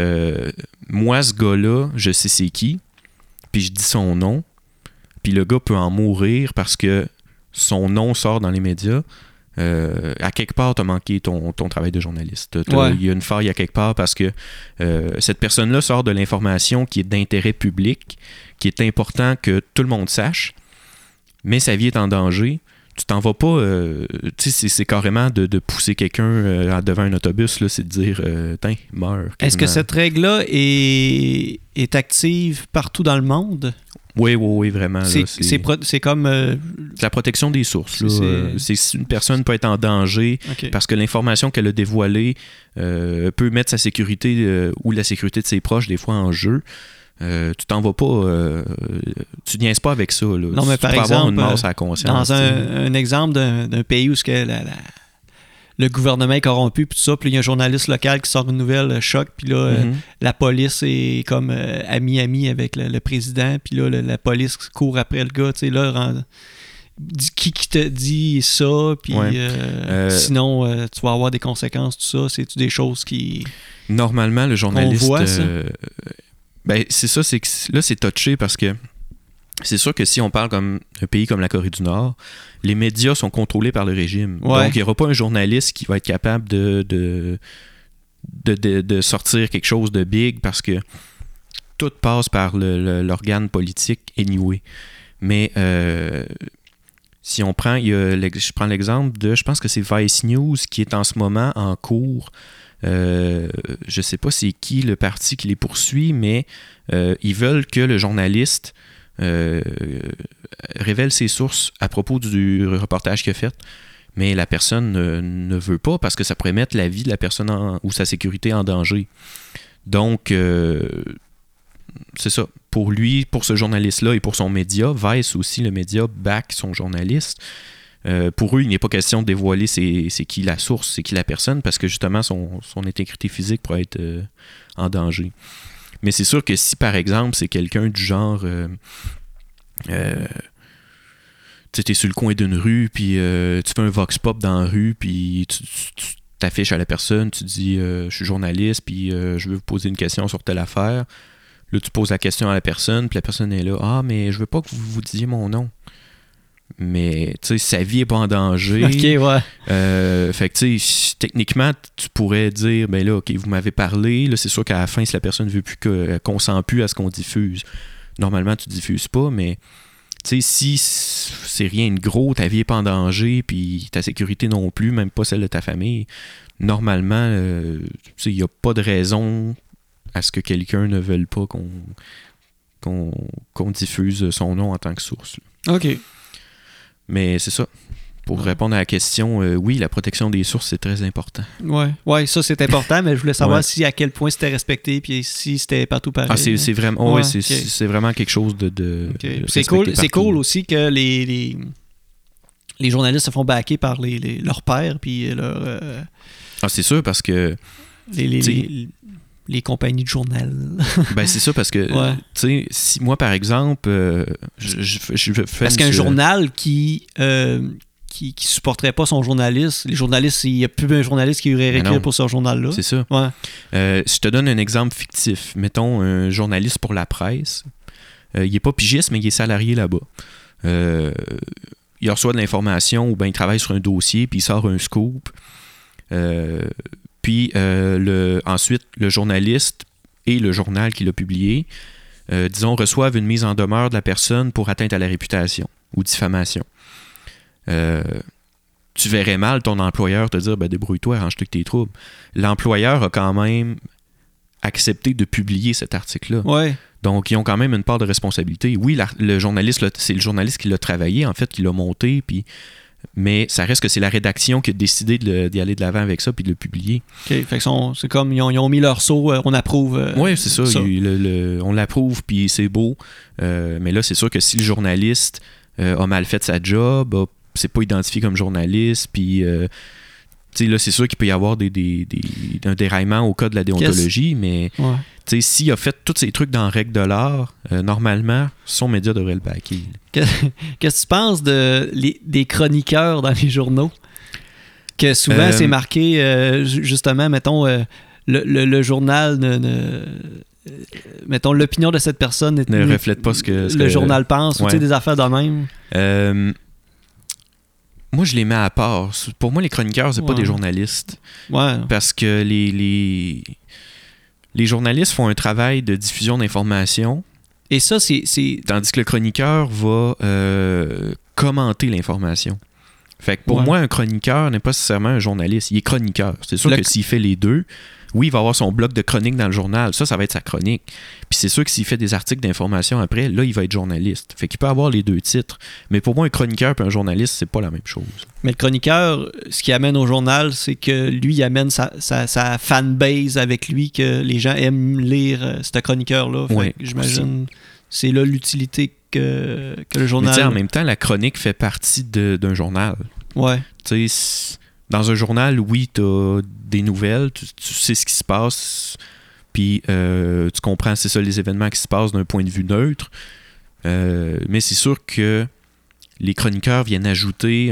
moi, ce gars-là, je sais c'est qui, puis je dis son nom, puis le gars peut en mourir parce que son nom sort dans les médias, à quelque part, tu as manqué ton travail de journaliste. Il y a une faille à quelque part parce que cette personne-là sort de l'information qui est d'intérêt public, qui est important que tout le monde sache, mais sa vie est en danger. Tu t'en vas pas... c'est carrément de pousser quelqu'un devant un autobus, là, c'est de dire « meurs ». Est-ce que cette règle-là est active partout dans le monde? Oui, vraiment. C'est comme... la protection des sources. C'est si une personne peut être en danger parce que l'information qu'elle a dévoilée peut mettre sa sécurité ou la sécurité de ses proches des fois en jeu. Tu t'en vas pas... tu niaises pas avec ça. Là. Non, mais par exemple, avoir une masse à la conscience. Dans un exemple d'un pays où le gouvernement est corrompu, puis tout ça, puis il y a un journaliste local qui sort une nouvelle choc, puis là, la police est comme ami avec le président, puis là, la police court après le gars, tu sais, là, qui te dit ça, puis sinon, tu vas avoir des conséquences, tout ça, c'est-tu des choses qui... Normalement, le journaliste... On voit ça? C'est ça, c'est que là, c'est touché parce que c'est sûr que si on parle comme un pays comme la Corée du Nord, les médias sont contrôlés par le régime. Ouais. Donc, il n'y aura pas un journaliste qui va être capable de sortir quelque chose de big parce que tout passe par l'organe politique anyway. Mais si on prend, je prends l'exemple je pense que c'est Vice News qui est en ce moment en cours. Je sais pas c'est qui le parti qui les poursuit, mais ils veulent que le journaliste révèle ses sources à propos du reportage qu'il a fait, mais la personne ne veut pas parce que ça pourrait mettre la vie de la personne ou sa sécurité en danger. Donc, c'est ça. Pour lui, pour ce journaliste-là et pour son média, Vice aussi, le média, back son journaliste. Pour eux, il n'est pas question de dévoiler c'est qui la source, c'est qui la personne, parce que justement, son intégrité physique pourrait être en danger. Mais c'est sûr que si, par exemple, c'est quelqu'un du genre... tu es sur le coin d'une rue, puis tu fais un vox pop dans la rue, puis tu t'affiches à la personne, tu dis je suis journaliste, puis je veux vous poser une question sur telle affaire. Là, tu poses la question à la personne, puis la personne est là. Ah, mais je veux pas que vous disiez mon nom. Mais, tu sais, sa vie est pas en danger. OK, ouais. Fait que, tu sais, techniquement, tu pourrais dire, ben là, OK, vous m'avez parlé. Là, c'est sûr qu'à la fin, si la personne veut plus consent plus à ce qu'on diffuse, normalement, tu diffuses pas, mais, tu sais, si c'est rien de gros, ta vie est pas en danger, puis ta sécurité non plus, même pas celle de ta famille, normalement, tu sais, il n'y a pas de raison à ce que quelqu'un ne veuille pas qu'on diffuse son nom en tant que source. Là. OK. Mais c'est ça. Pour répondre à la question, oui, la protection des sources, c'est très important. Oui, ça, c'est important, mais je voulais savoir à quel point c'était respecté puis si c'était partout pareil. Ah, c'est vraiment, c'est vraiment quelque chose de c'est cool aussi que les journalistes se font backer par leurs pairs puis leur... Ah, c'est sûr, parce que... Les compagnies de journal. Ben c'est ça, parce que, tu sais, si moi, par exemple, je fais... Parce qu'un journal qui supporterait pas son journaliste, les journalistes, il n'y a plus un journaliste qui irait écrire pour ce journal-là. C'est ça. Ouais. Je te donne un exemple fictif. Mettons, un journaliste pour la presse. Il n'est pas pigiste, mais il est salarié là-bas. Il reçoit de l'information ou bien il travaille sur un dossier, puis il sort un scoop. Puis ensuite, le journaliste et le journal qui l'a publié disons, reçoivent une mise en demeure de la personne pour atteinte à la réputation ou diffamation. Tu verrais mal ton employeur te dire débrouille-toi, arrange-toi avec tes troubles. L'employeur a quand même accepté de publier cet article-là. Ouais. Donc, ils ont quand même une part de responsabilité. Oui, le journaliste, c'est le journaliste qui l'a travaillé, en fait, qui l'a monté, mais ça reste que c'est la rédaction qui a décidé d'y aller de l'avant avec ça puis de le publier. OK. Fait que c'est comme ils ont mis leur sceau, on approuve. Oui, c'est ça. On l'approuve puis c'est beau. Mais là, c'est sûr que si le journaliste a mal fait sa job, c'est pas identifié comme journaliste, puis là, c'est sûr qu'il peut y avoir un déraillement au cas de la déontologie, mais s'il a fait tous ces trucs dans règle de l'art, normalement, son média devrait le backer. Qu'est-ce que tu penses des chroniqueurs dans les journaux? Que souvent, c'est marqué, justement, mettons, le journal mettons, l'opinion de cette personne ne reflète pas ce que le journal pense, ou des affaires de même. Moi, je les mets à part. Pour moi, les chroniqueurs, c'est pas des journalistes. Ouais. Parce que les journalistes font un travail de diffusion d'informations. Et ça, c'est... Tandis que le chroniqueur va commenter l'information. Fait que pour moi, un chroniqueur n'est pas nécessairement un journaliste. Il est chroniqueur. C'est sûr que s'il fait les deux, oui, il va avoir son bloc de chronique dans le journal. Ça va être sa chronique. Puis c'est sûr que s'il fait des articles d'information après, là, il va être journaliste. Fait qu'il peut avoir les deux titres. Mais pour moi, un chroniqueur et un journaliste, c'est pas la même chose. Mais le chroniqueur, ce qu'il amène au journal, c'est que lui, il amène sa fanbase avec lui, que les gens aiment lire ce chroniqueur-là. Fait que j'imagine c'est là l'utilité que le journal... Mais en même temps, la chronique fait partie d'un journal. Ouais. Tu sais, dans un journal, oui, t'as des nouvelles, tu sais ce qui se passe, puis tu comprends, c'est ça, les événements qui se passent d'un point de vue neutre. Mais c'est sûr que les chroniqueurs viennent ajouter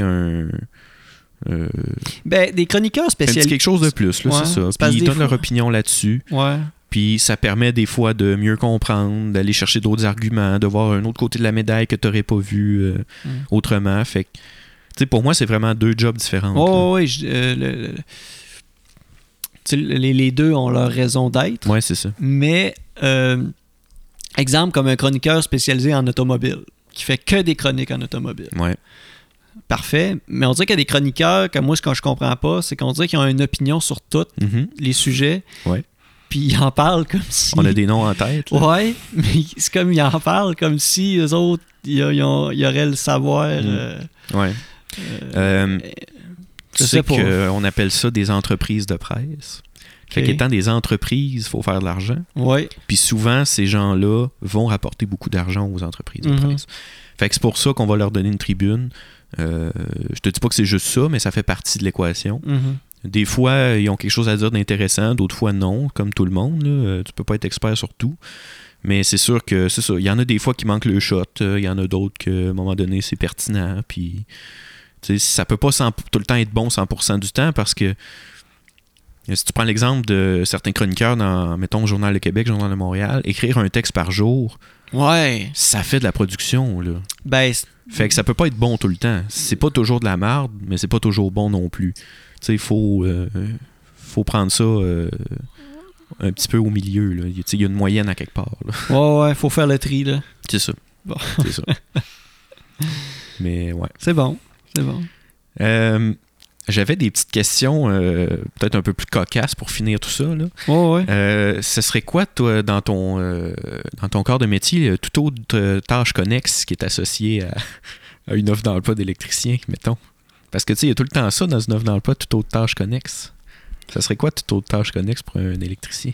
des chroniqueurs spécialisés. Quelque chose de plus, là, c'est ça. Puis ils donnent leur opinion là-dessus. Ouais. Puis ça permet des fois de mieux comprendre, d'aller chercher d'autres arguments, de voir un autre côté de la médaille que tu n'aurais pas vu autrement. Fait que, pour moi, c'est vraiment deux jobs différents. Oh, oui, les deux ont leur raison d'être. Oui, c'est ça. Mais, exemple, comme un chroniqueur spécialisé en automobile, qui fait que des chroniques en automobile. Ouais. Parfait. Mais on dirait qu'il y a des chroniqueurs, comme moi, ce que je comprends pas, c'est qu'on dirait qu'ils ont une opinion sur tous les sujets. Ouais. Puis ils en parlent comme si... On a des noms en tête. Là. Ouais, mais c'est comme ils en parlent comme si eux autres, ils auraient le savoir. Ouais. Tu sais qu'on appelle ça des entreprises de presse. Fait qu'étant des entreprises, il faut faire de l'argent. Ouais. Puis souvent, ces gens-là vont rapporter beaucoup d'argent aux entreprises de presse. Fait que c'est pour ça qu'on va leur donner une tribune. Je te dis pas que c'est juste ça, mais ça fait partie de l'équation. Des fois, ils ont quelque chose à dire d'intéressant, d'autres fois non, comme tout le monde. Là. Tu peux pas être expert sur tout. Mais c'est sûr que c'est ça. Il y en a des fois qui manquent le shot. Il y en a d'autres que, à un moment donné, c'est pertinent. Puis, ça peut pas tout le temps être bon 100% du temps parce que si tu prends l'exemple de certains chroniqueurs dans, mettons, Journal de Québec, Journal de Montréal, écrire un texte par jour, ça fait de la production. Là. Fait que ça peut pas être bon tout le temps. C'est pas toujours de la merde, mais c'est pas toujours bon non plus. Il faut prendre ça un petit peu au milieu. Là. Il y a une moyenne à quelque part. Là. Ouais, faut faire le tri. Là. C'est ça. Bon. C'est ça. Mais ouais. C'est bon. J'avais des petites questions peut-être un peu plus cocasses pour finir tout ça. Là. Ce serait quoi, toi, dans ton corps de métier, toute autre tâche connexe qui est associée à une offre d'emploi d'électricien, mettons? Parce que, tu sais, il y a tout le temps ça dans une offre d'emploi, toute autre tâche connexe. Ça serait quoi, toute autre tâche connexe pour un électricien?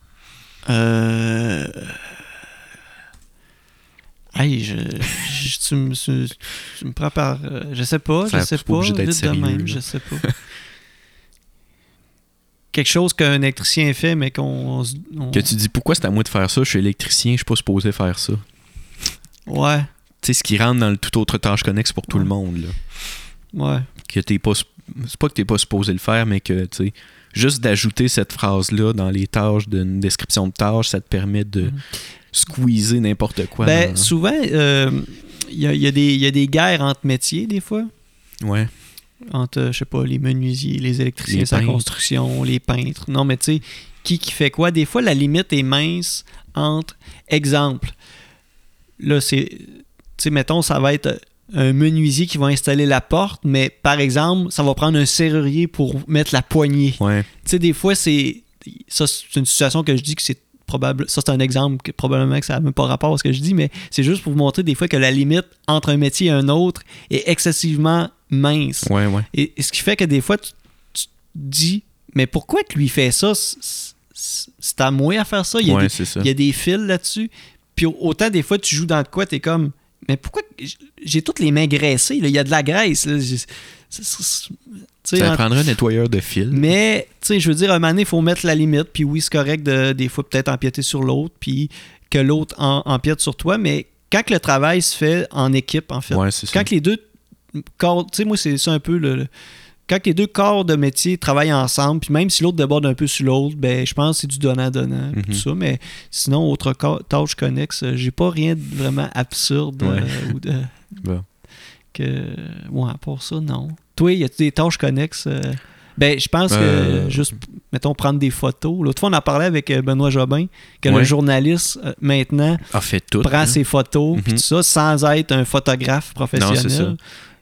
Tu me prends par... je sais pas. Obligé d'être sérieux, même, je sais pas. Quelque chose qu'un électricien fait, mais que tu dis, pourquoi c'est à moi de faire ça? Je suis électricien, je suis pas supposé faire ça. Ouais. Tu sais, ce qui rentre dans le toute autre tâche connexe pour tout le monde, là. Ouais. Que t'es pas... C'est pas que t'es pas supposé le faire, mais que, tu sais, juste d'ajouter cette phrase-là dans les tâches d'une description de tâche, ça te permet de squeezer n'importe quoi. Souvent, il y a des guerres entre métiers, des fois. Ouais. entre, je sais pas, les menuisiers, les électriciens, Les sa peintres. construction, les peintres. Non, mais tu sais, qui fait quoi? Des fois, la limite est mince entre, exemple, là, c'est, tu sais, mettons, ça va être un menuisier qui va installer la porte, mais par exemple, ça va prendre un serrurier pour mettre la poignée. Ouais. Tu sais, des fois, c'est une situation que je dis que c'est probable. Ça, c'est un exemple que probablement que ça n'a même pas rapport à ce que je dis, mais c'est juste pour vous montrer des fois que la limite entre un métier et un autre est excessivement mince. Ouais. Et ce qui fait que des fois, tu te dis, mais pourquoi que lui fait ça? C'est à moi à faire ça. C'est ça. Il y a des fils là-dessus. Puis autant des fois, tu joues dans de quoi, t'es comme, mais pourquoi j'ai toutes les mains graissées? Là. Il y a de la graisse. Là. Ça prendrait un nettoyeur de fil. Mais, tu sais, je veux dire, à un moment donné, il faut mettre la limite. Puis oui, c'est correct des fois peut-être empiéter sur l'autre, puis que l'autre empiète sur toi. Mais quand que le travail se fait en équipe, en fait, Ouais, c'est ça. quand que les deux corps, tu sais, moi, c'est ça un peu quand que les deux corps de métier travaillent ensemble, puis même si l'autre déborde un peu sur l'autre, ben je pense que c'est du donnant-donnant, puis tout ça. Mais sinon, autre tâche connexe, j'ai pas rien de vraiment absurde ou de... Bon. Ouais, à part ça, non. Toi, y a-tu des tâches connexes? Ben, je pense que juste, mettons, prendre des photos. L'autre fois, on en parlait avec Benoît Jobin, que le journaliste, maintenant, A fait tout. prend ses photos, puis tout ça, sans être un photographe professionnel. Non, c'est ça.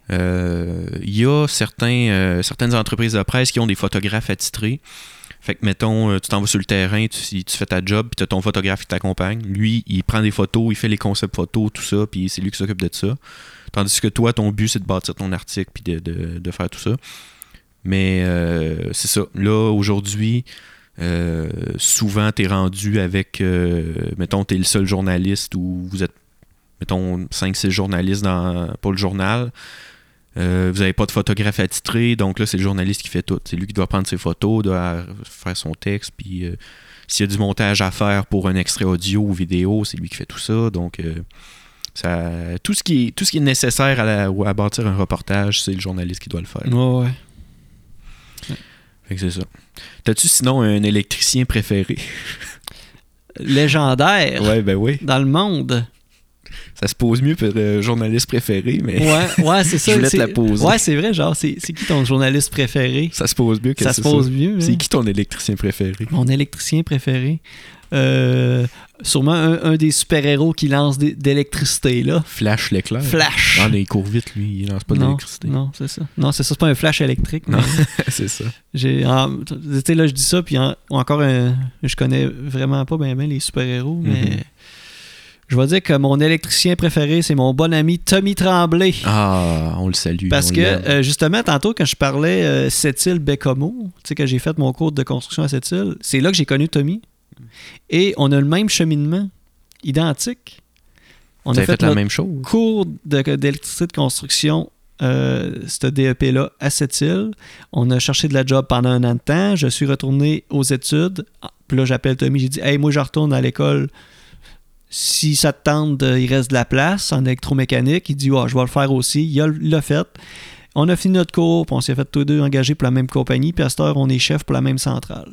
Il y a certaines entreprises de presse qui ont des photographes attitrés. Fait que, mettons, tu t'en vas sur le terrain, tu fais ta job, puis tu as ton photographe qui t'accompagne. Lui, il prend des photos, il fait les concepts photos, tout ça, puis c'est lui qui s'occupe de ça. Tandis que toi, ton but, c'est de bâtir ton article, puis de faire tout ça. Mais c'est ça. Là, aujourd'hui, souvent, tu es rendu avec, mettons, tu es le seul journaliste ou vous êtes, mettons, 5-6 journalistes pour le journal. Vous n'avez pas de photographe attitré, donc là, c'est le journaliste qui fait tout. C'est lui qui doit prendre ses photos, doit faire son texte, puis s'il y a du montage à faire pour un extrait audio ou vidéo, c'est lui qui fait tout ça. Donc, tout ce qui est nécessaire à bâtir un reportage, c'est le journaliste qui doit le faire. Ouais. Fait que c'est ça. T'as-tu sinon un électricien préféré? Légendaire. Ouais, ben oui. Dans le monde. Ça se pose mieux pour le journaliste préféré, mais ouais, c'est ça. je voulais te la poser. Ouais, c'est vrai, genre, c'est qui ton journaliste préféré? Ça se pose mieux que ça. Ça se pose mieux. C'est qui ton électricien préféré? Mon électricien préféré? Sûrement un des super-héros qui lance d'électricité, là. Flash l'éclair. Flash! Ah, mais il court vite, lui. Il lance pas d'électricité. Non, c'est ça. Non, c'est ça. C'est pas un flash électrique. Non, c'est ça. Tu sais, là, je dis ça, puis encore je connais vraiment pas bien les super-héros, mais je vais dire que mon électricien préféré, c'est mon bon ami Tommy Tremblay. Ah, on le salue. Parce que, justement, tantôt, quand je parlais Sept-Îles-Bécomo, tu sais, que j'ai fait mon cours de construction à Sept-Îles, c'est là que j'ai connu Tommy. Et on a le même cheminement, identique. On a fait la même chose. Cours d'électricité de construction, ce DEP-là, à Sept-Îles. On a cherché de la job pendant un an de temps. Je suis retourné aux études. Puis là, j'appelle Tommy. J'ai dit, hey, moi, je retourne à l'école. Si ça te tente, il reste de la place en électromécanique. Il dit, je vais le faire aussi. Il l'a fait. On a fini notre cours, puis on s'est fait tous deux engagés pour la même compagnie. Puis à cette heure, on est chef pour la même centrale.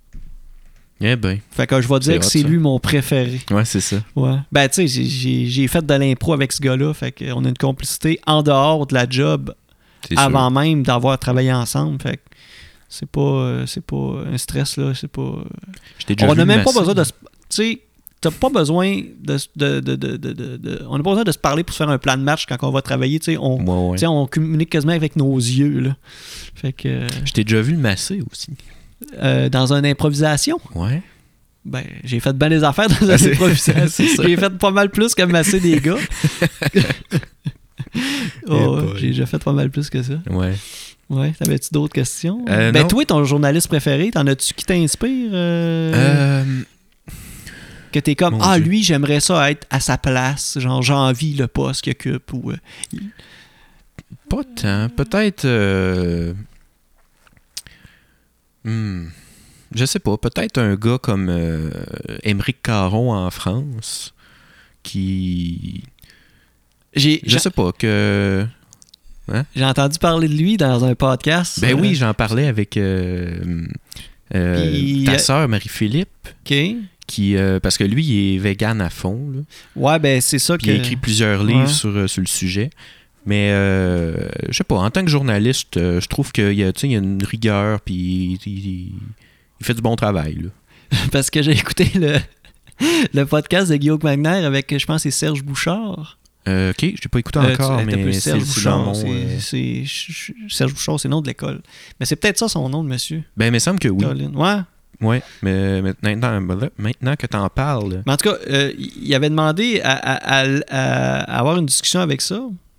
Eh ben. Fait que je vais dire que c'est lui mon préféré. Ouais, c'est ça. Ouais. Ben, tu sais, j'ai fait de l'impro avec ce gars-là. Fait qu'on a une complicité en dehors de la job avant même d'avoir travaillé ensemble. Fait que c'est pas un stress, là. C'est pas. On n'a même pas besoin de. Tu sais, t'as pas besoin de on n'a pas besoin de se parler pour se faire un plan de match quand on va travailler. Tu sais, on communique quasiment avec nos yeux, là. Fait que. Je t'ai déjà vu le masser aussi. Dans une improvisation? Ouais. Ben, j'ai fait bien des affaires dans une improvisation. J'ai fait pas mal plus que masser des gars. J'ai déjà fait pas mal plus que ça. Ouais. Ouais, t'avais-tu d'autres questions? Non. Toi, ton journaliste préféré, t'en as-tu qui t'inspire? Que t'es comme, Dieu. Lui, j'aimerais ça être à sa place. Genre, j'ai envie le poste qu'il occupe. Ou, Pas tant. Peut-être... Je sais pas. Peut-être un gars comme Émeric Caron en France qui... Je sais pas, que... Hein? J'ai entendu parler de lui dans un podcast. Ben oui, j'en parlais avec ta sœur Marie-Philippe. OK. Parce que lui, il est vegan à fond. Là. Ouais, ben c'est ça puis il a écrit plusieurs livres sur le sujet. Mais, je sais pas, en tant que journaliste, je trouve qu'il y a une rigueur, puis il fait du bon travail, là. Parce que j'ai écouté le podcast de Guillaume Magnaire avec, je pense, c'est Serge Bouchard. OK, je l'ai pas écouté encore, mais Serge Bouchard, dans mon... Serge Bouchard, c'est le nom de l'école. Mais c'est peut-être ça son nom de monsieur. Ben, il me semble que oui. Colin. Ouais. Ouais, mais maintenant que t'en parles... Mais en tout cas, il avait demandé à avoir une discussion avec ça.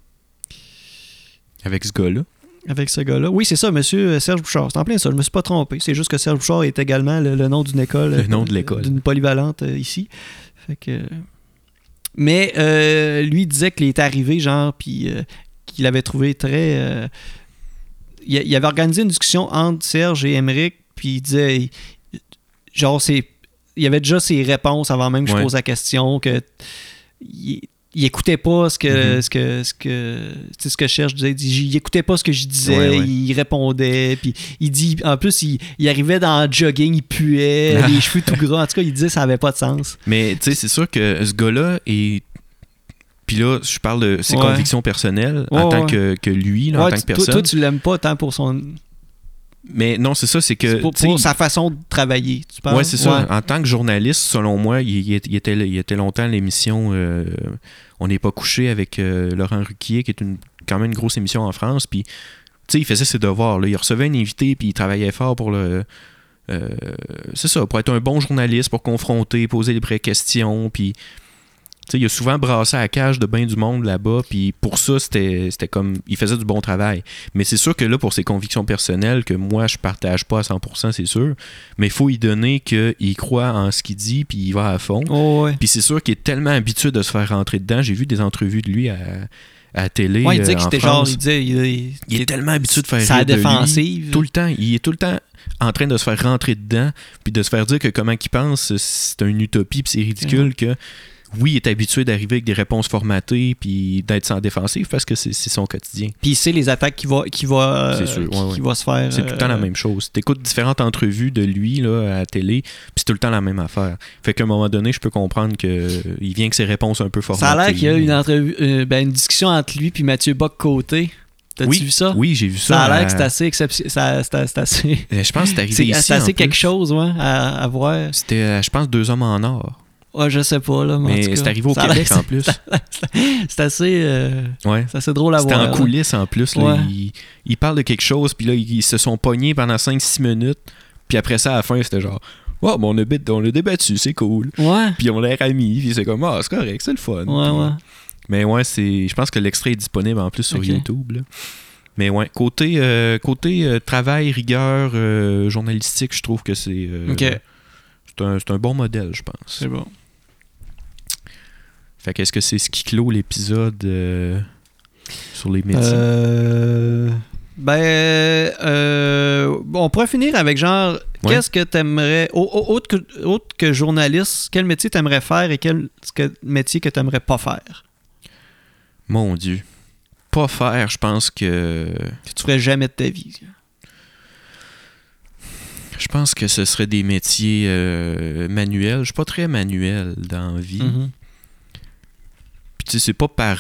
Avec ce gars-là. Avec ce gars-là. Oui, c'est ça, monsieur Serge Bouchard. C'est en plein ça, je me suis pas trompé. C'est juste que Serge Bouchard est également le nom d'une école. Le nom de l'école. D'une polyvalente ici. Fait que... Mais lui, il disait qu'il était arrivé, genre, puis qu'il avait trouvé très... il avait organisé une discussion entre Serge et Émeric, puis il disait... Genre, il y avait déjà ses réponses avant même que je pose la question, que... Il écoutait pas ce que Serge disait. Il écoutait pas ce que je disais. Il répondait. Puis il dit, en plus, il arrivait dans le jogging, il puait, les cheveux tout gras. En tout cas, il disait que ça avait pas de sens. Mais tu sais, c'est sûr que ce gars-là est. Puis là, je parle de ses convictions personnelles en tant que lui, là, en tant que personne. Toi, tu l'aimes pas tant pour son. Mais non, c'est ça, c'est que... C'est pour sa façon de travailler, tu penses? Oui, c'est ça. En tant que journaliste, selon moi, il était longtemps à l'émission On n'est pas couché avec Laurent Ruquier, qui est quand même une grosse émission en France. Puis, tu sais, il faisait ses devoirs. Là. Il recevait un invité, puis il travaillait fort pour c'est ça, pour être un bon journaliste, pour confronter, poser les vraies questions, puis... Tu sais, il a souvent brassé à la cage de bien du monde là-bas, puis pour ça, c'était comme... Il faisait du bon travail. Mais c'est sûr que là, pour ses convictions personnelles, que moi, je partage pas à 100%, c'est sûr, mais il faut y donner qu'il croit en ce qu'il dit, puis il va à fond. Puis c'est sûr qu'il est tellement habitué de se faire rentrer dedans. J'ai vu des entrevues de lui à la télé. Ouais, il disait que c'était genre... Il est tellement habitué de faire rire sa de défensive. Lui, tout le temps. Il est tout le temps en train de se faire rentrer dedans, puis de se faire dire que comment il pense, c'est une utopie, puis c'est ridicule que... Oui, il est habitué d'arriver avec des réponses formatées puis d'être sans défensive parce que c'est son quotidien. Puis il sait les attaques qu'il va se faire. C'est tout le temps la même chose. Tu écoutes différentes entrevues de lui là, à la télé, puis c'est tout le temps la même affaire. Fait qu'à un moment donné, je peux comprendre qu'il vient avec ses réponses un peu formatées. Ça a l'air qu'il y a une entrevue, une discussion entre lui et Mathieu Bock-Côté. T'as-tu vu ça? Oui, j'ai vu ça. Ça a l'air que c'est assez exceptionnel. C'est assez... Je pense que c'est arrivé ici. C'est assez quelque chose à voir. C'était, je pense, 2 hommes en or. Ouais, je sais pas, là. Mais c'est arrivé au Québec, en plus. C'est assez... c'est assez drôle à voir. C'était en coulisses, en plus. Là. Ils parlent de quelque chose, puis là, ils se sont pognés pendant 5-6 minutes. Puis après ça, à la fin, c'était genre... Oh, bon, on a débattu, c'est cool. Ouais. Puis on l'a amis, puis c'est comme... Ah, c'est correct, c'est le fun. Ouais. Mais ouais, je pense que l'extrait est disponible en plus sur YouTube, là. Mais ouais, côté travail, rigueur, journalistique, je trouve que c'est... C'est un bon modèle, je pense. C'est bon. Fait qu'est-ce que c'est ce qui clôt l'épisode sur les métiers? On pourrait finir avec genre, qu'est-ce que t'aimerais, autre que journaliste, quel métier t'aimerais faire et quel métier que t'aimerais pas faire? Mon Dieu. Pas faire, je pense que tu ferais jamais de ta vie. Je pense que ce serait des métiers manuels. Je suis pas très manuel dans la vie. Mm-hmm. Puis tu sais, c'est pas par...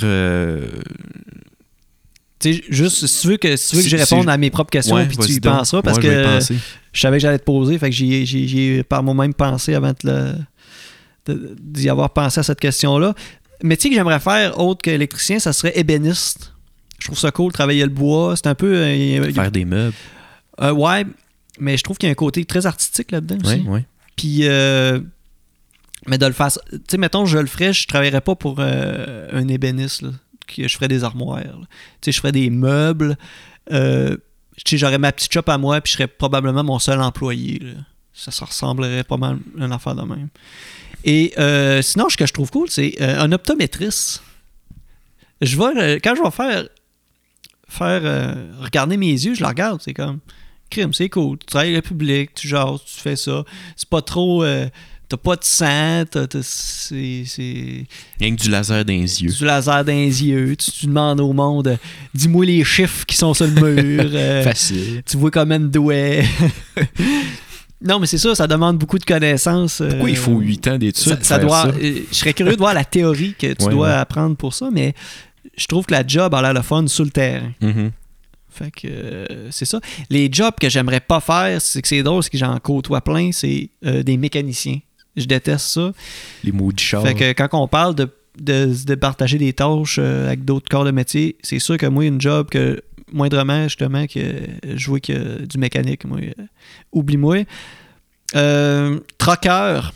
Tu sais, juste, si tu veux que je réponde à mes propres questions, puis tu y penseras, parce que je savais que j'allais te poser, fait que j'ai par moi-même pensé avant d'y avoir pensé à cette question-là. Métier que j'aimerais faire, autre qu'électricien, ça serait ébéniste. Je trouve ça cool, travailler le bois. C'est un peu... faire des meubles. Ouais, mais je trouve qu'il y a un côté très artistique là-dedans aussi. Oui. Puis, mais de le faire... Tu sais, mettons, je le ferais, je travaillerais pas pour un ébéniste, là, que je ferais des armoires. Tu sais, je ferais des meubles. Tu sais, j'aurais ma petite shop à moi, puis je serais probablement mon seul employé. Là. Ça ressemblerait pas mal à une affaire de même. Et sinon, ce que je trouve cool, c'est un optométriste. Quand je vais faire regarder mes yeux, je le regarde, c'est comme... Crime, c'est cool. Tu travailles avec le public, tu jases, tu fais ça. C'est pas trop... t'as pas de sang, c'est... Rien que du laser dans les yeux. Du laser dans les yeux. Tu demandes au monde, dis-moi les chiffres qui sont sur le mur. Facile. Tu vois combien de doigts. Non, mais c'est ça demande beaucoup de connaissances. Pourquoi il faut 8 ans d'études je serais curieux de voir la théorie que tu dois apprendre pour ça, mais je trouve que la job a l'air le fun sur le terrain. Mhm. Fait que c'est ça. Les jobs que j'aimerais pas faire, c'est que c'est drôle, c'est que j'en côtoie plein, c'est des mécaniciens. Je déteste ça. Les maudits chars. Fait que quand on parle de partager des tâches avec d'autres corps de métier, c'est sûr que moi, une job que moindrement, justement, que jouer que du mécanique, moi, oublie-moi. Troqueur.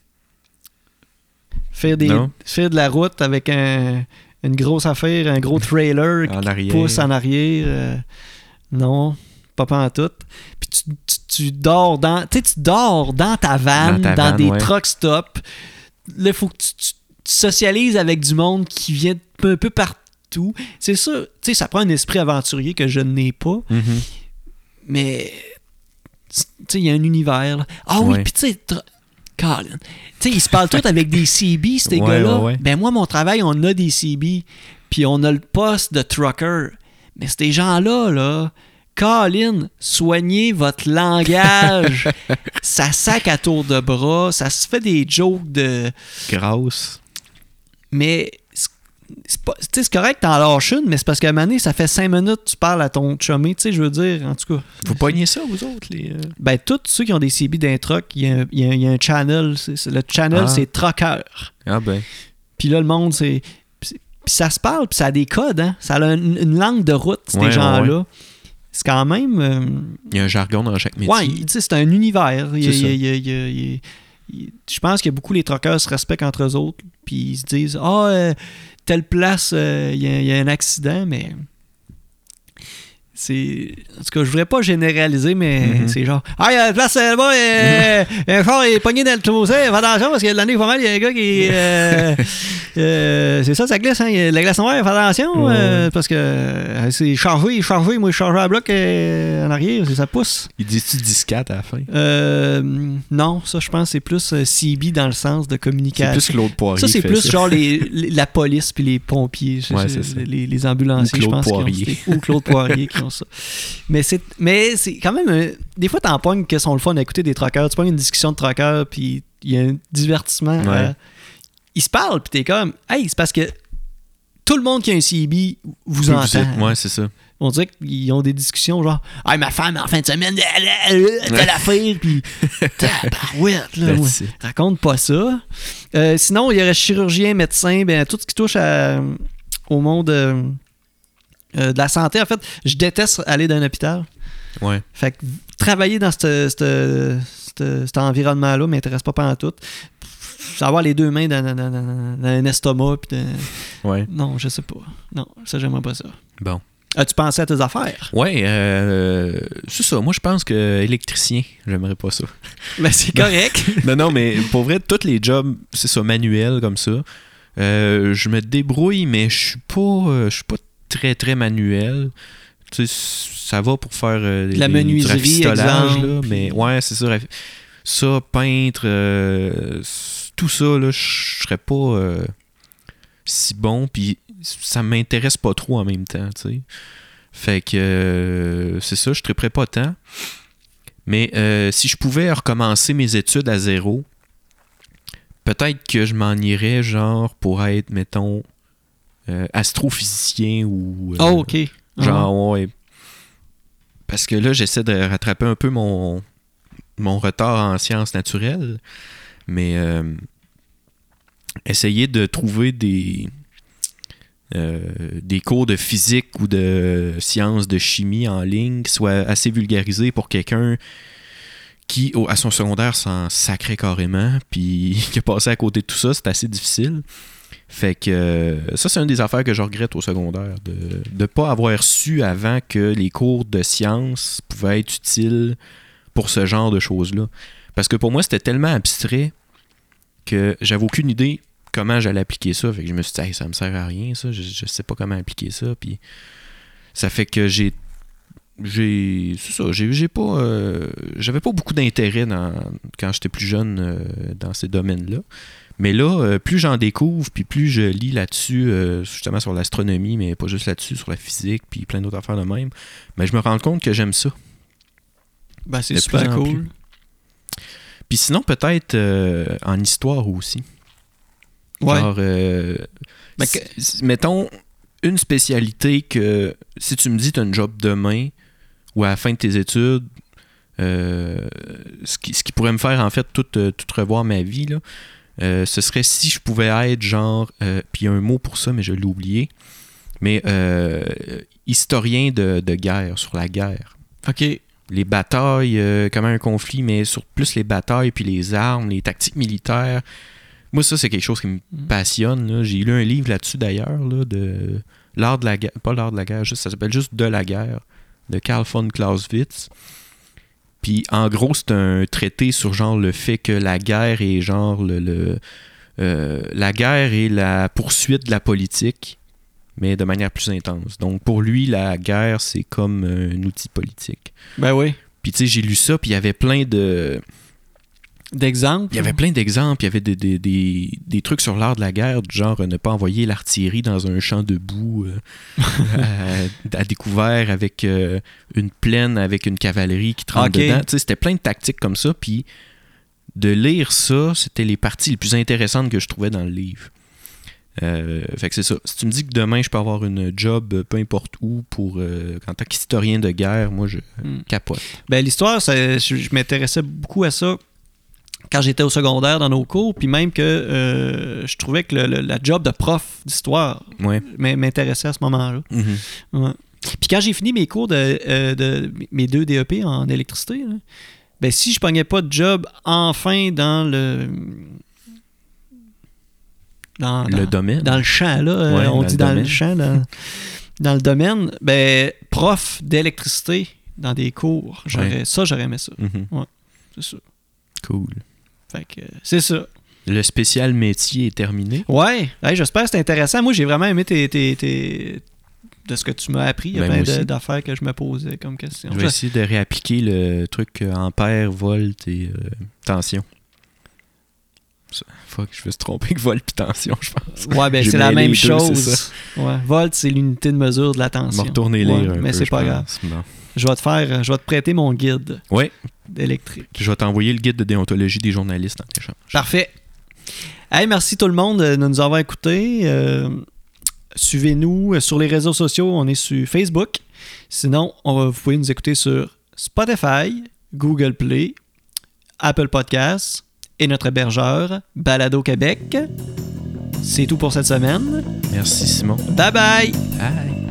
Faire de la route avec une grosse affaire, un gros trailer qui pousse en arrière. Non, pas pantoute. Puis tu dors dans ta vanne, dans des truck stops. Là, il faut que tu socialises avec du monde qui vient un peu partout. C'est ça, tu sais, ça prend un esprit aventurier que je n'ai pas. Mhm. Mais, tu sais, il y a un univers. Là. Ah oui, puis tu sais, Colin. Tu sais, ils se parlent tous avec des CB, ces gars-là. Ouais. Ben moi, mon travail, on a des CB, puis on a le poste de trucker. Mais ces gens-là, là, Colin, soignez votre langage. Ça sac à tour de bras, ça se fait des jokes de... Grosse. Mais... c'est correct, t'en lâches une, mais c'est parce qu'à un moment donné, ça fait 5 minutes que tu parles à ton chumé, tu sais, je veux dire, en tout cas. Vous pognez ça, vous autres, les... Ben, tous ceux qui ont des CB d'un truck, il y a un channel, le channel, c'est trucker. Ah ben. Puis là, le monde, c'est... Puis ça se parle, puis ça a des codes, hein. Ça a une langue de route, ces gens-là. Ouais. C'est quand même... Il y a un jargon dans chaque métier. Ouais, tu sais, c'est un univers. Je pense que beaucoup les truckers se respectent entre eux autres, puis ils se disent « telle place, il y a un accident, mais c'est... En tout cas, je voudrais pas généraliser, mais c'est genre « Ah, il y a une place là-bas, un char est pogné dans le trousseau, fais attention, parce que l'année pas mal, il y a un gars qui... c'est ça glisse, hein? La glace noire, fais attention, parce que c'est chargé, moi, je charge à bloc en arrière, ça pousse. » Il dit-tu 10-4 à la fin? Non, ça, je pense, c'est plus CB dans le sens de communication. C'est plus Claude Poirier. Ça, c'est plus genre la police puis les pompiers, les ambulanciers, je pense. Ou Claude Poirier qui ont ça. Mais c'est quand même... des fois, t'en pognes que sont le fun à écouter des truckers. Tu pognes une discussion de truckers, puis il y a un divertissement. Ils se parlent, puis t'es comme... Hey, c'est parce que tout le monde qui a un CB vous entend. Ouais, c'est ça. On dirait qu'ils ont des discussions genre « Hey, ma femme, en fin de semaine, t'as l'affaire, puis tabarouette, là, moi. Raconte pas ça. » Sinon, il y aurait chirurgien, médecin, ben tout ce qui touche au monde de la santé. En fait, je déteste aller dans un hôpital. Ouais. Fait que travailler dans cet environnement-là m'intéresse pas pantoute. Avoir les deux mains dans un estomac, puis ouais. Non, je sais pas. Non, ça, j'aimerais pas ça. Bon. As-tu pensé à tes affaires? Oui, c'est ça. Moi, je pense que électricien, j'aimerais pas ça. Ben, c'est correct. non, mais pour vrai, tous les jobs, c'est ça, manuels comme ça. Je me débrouille, mais je suis pas très, très manuel. Tu sais, ça va pour faire la menuiserie, exemple. Là, mais ouais, c'est ça. Ça, peintre, tout ça, là, je serais pas si bon, puis ça m'intéresse pas trop en même temps, tu sais. Fait que c'est ça, je triperais pas tant. Mais si je pouvais recommencer mes études à zéro, peut-être que je m'en irais genre pour être, mettons, astrophysicien ou... OK. Genre, ouais. Parce que là, j'essaie de rattraper un peu mon retard en sciences naturelles, mais essayer de trouver des cours de physique ou de sciences de chimie en ligne qui soient assez vulgarisés pour quelqu'un qui, à son secondaire, s'en sacrait carrément, puis qui a passé à côté de tout ça, c'est assez difficile. Fait que ça, c'est une des affaires que je regrette au secondaire, de ne pas avoir su avant que les cours de sciences pouvaient être utiles pour ce genre de choses-là. Parce que pour moi, c'était tellement abstrait que j'avais aucune idée comment j'allais appliquer ça. Fait que je me suis dit, hey, ça me sert à rien, ça. Je sais pas comment appliquer ça. Puis ça fait que j'avais pas beaucoup d'intérêt quand j'étais plus jeune dans ces domaines-là. Mais là, plus j'en découvre, puis plus je lis là-dessus, justement sur l'astronomie, mais pas juste là-dessus, sur la physique, puis plein d'autres affaires de même, ben, je me rends compte que j'aime ça. Ben, c'est super cool. Puis sinon, peut-être en histoire aussi. Ouais. Genre, mettons, une spécialité que si tu me dis tu as une job demain ou à la fin de tes études, ce qui pourrait me faire en fait tout revoir ma vie, là, ce serait si je pouvais être genre, puis il y a un mot pour ça mais je l'ai oublié, mais historien de guerre, sur la guerre. OK. Les batailles, comment un conflit, mais sur plus les batailles puis les armes, les tactiques militaires. Moi, ça, c'est quelque chose qui me passionne. Là. J'ai lu un livre là-dessus, d'ailleurs, là, de l'art de la guerre. Pas l'art de la guerre, ça s'appelle juste De la guerre, de Karl von Clausewitz. Puis, en gros, c'est un traité sur, genre, le fait que la guerre est, genre, la guerre est la poursuite de la politique, mais de manière plus intense. Donc, pour lui, la guerre, c'est comme un outil politique. Ben oui. Puis, tu sais, j'ai lu ça, puis il y avait plein d'exemples. Il y avait plein d'exemples. Il y avait des trucs sur l'art de la guerre, du genre ne pas envoyer l'artillerie dans un champ de boue à découvert avec une plaine, avec une cavalerie qui trempe dedans. Tu sais, c'était plein de tactiques comme ça. Puis, de lire ça, c'était les parties les plus intéressantes que je trouvais dans le livre. Fait que c'est ça. Si tu me dis que demain je peux avoir une job peu importe où pour en tant qu'historien de guerre, moi je capote. Ben l'histoire, je m'intéressais beaucoup à ça quand j'étais au secondaire dans nos cours, puis même que je trouvais que la job de prof d'histoire m'intéressait à ce moment-là. Mm-hmm. Ouais. Puis quand j'ai fini mes cours de mes 2 DEP en électricité, là, ben si je pognais pas de job enfin dans le domaine. Dans le champ, là. On dit dans le champ, dans le domaine. Ben, prof d'électricité dans des cours. J'aurais aimé ça. Mm-hmm. Ouais, c'est ça. Cool. Fait que, c'est ça. Le spécial métier est terminé. Ouais. Hey, j'espère que c'est intéressant. Moi, j'ai vraiment aimé de ce que tu m'as appris. Il y a plein d'affaires que je me posais comme question. Je vais essayer de réappliquer le truc ampère, volt et tension. Fuck, je vais se tromper que volt et tension, je pense. Ouais, ben c'est la même chose. Ouais. Volt, c'est l'unité de mesure de la tension. Je vais retourner lire un peu, mais c'est pas grave. Bon. Je vais te prêter mon guide électrique. Je vais t'envoyer le guide de déontologie des journalistes en échange. Parfait. Hey, merci tout le monde de nous avoir écoutés. Suivez-nous sur les réseaux sociaux. On est sur Facebook. Sinon, vous pouvez nous écouter sur Spotify, Google Play, Apple Podcasts et notre hébergeur, Balado Québec. C'est tout pour cette semaine. Merci, Simon. Bye bye! Bye!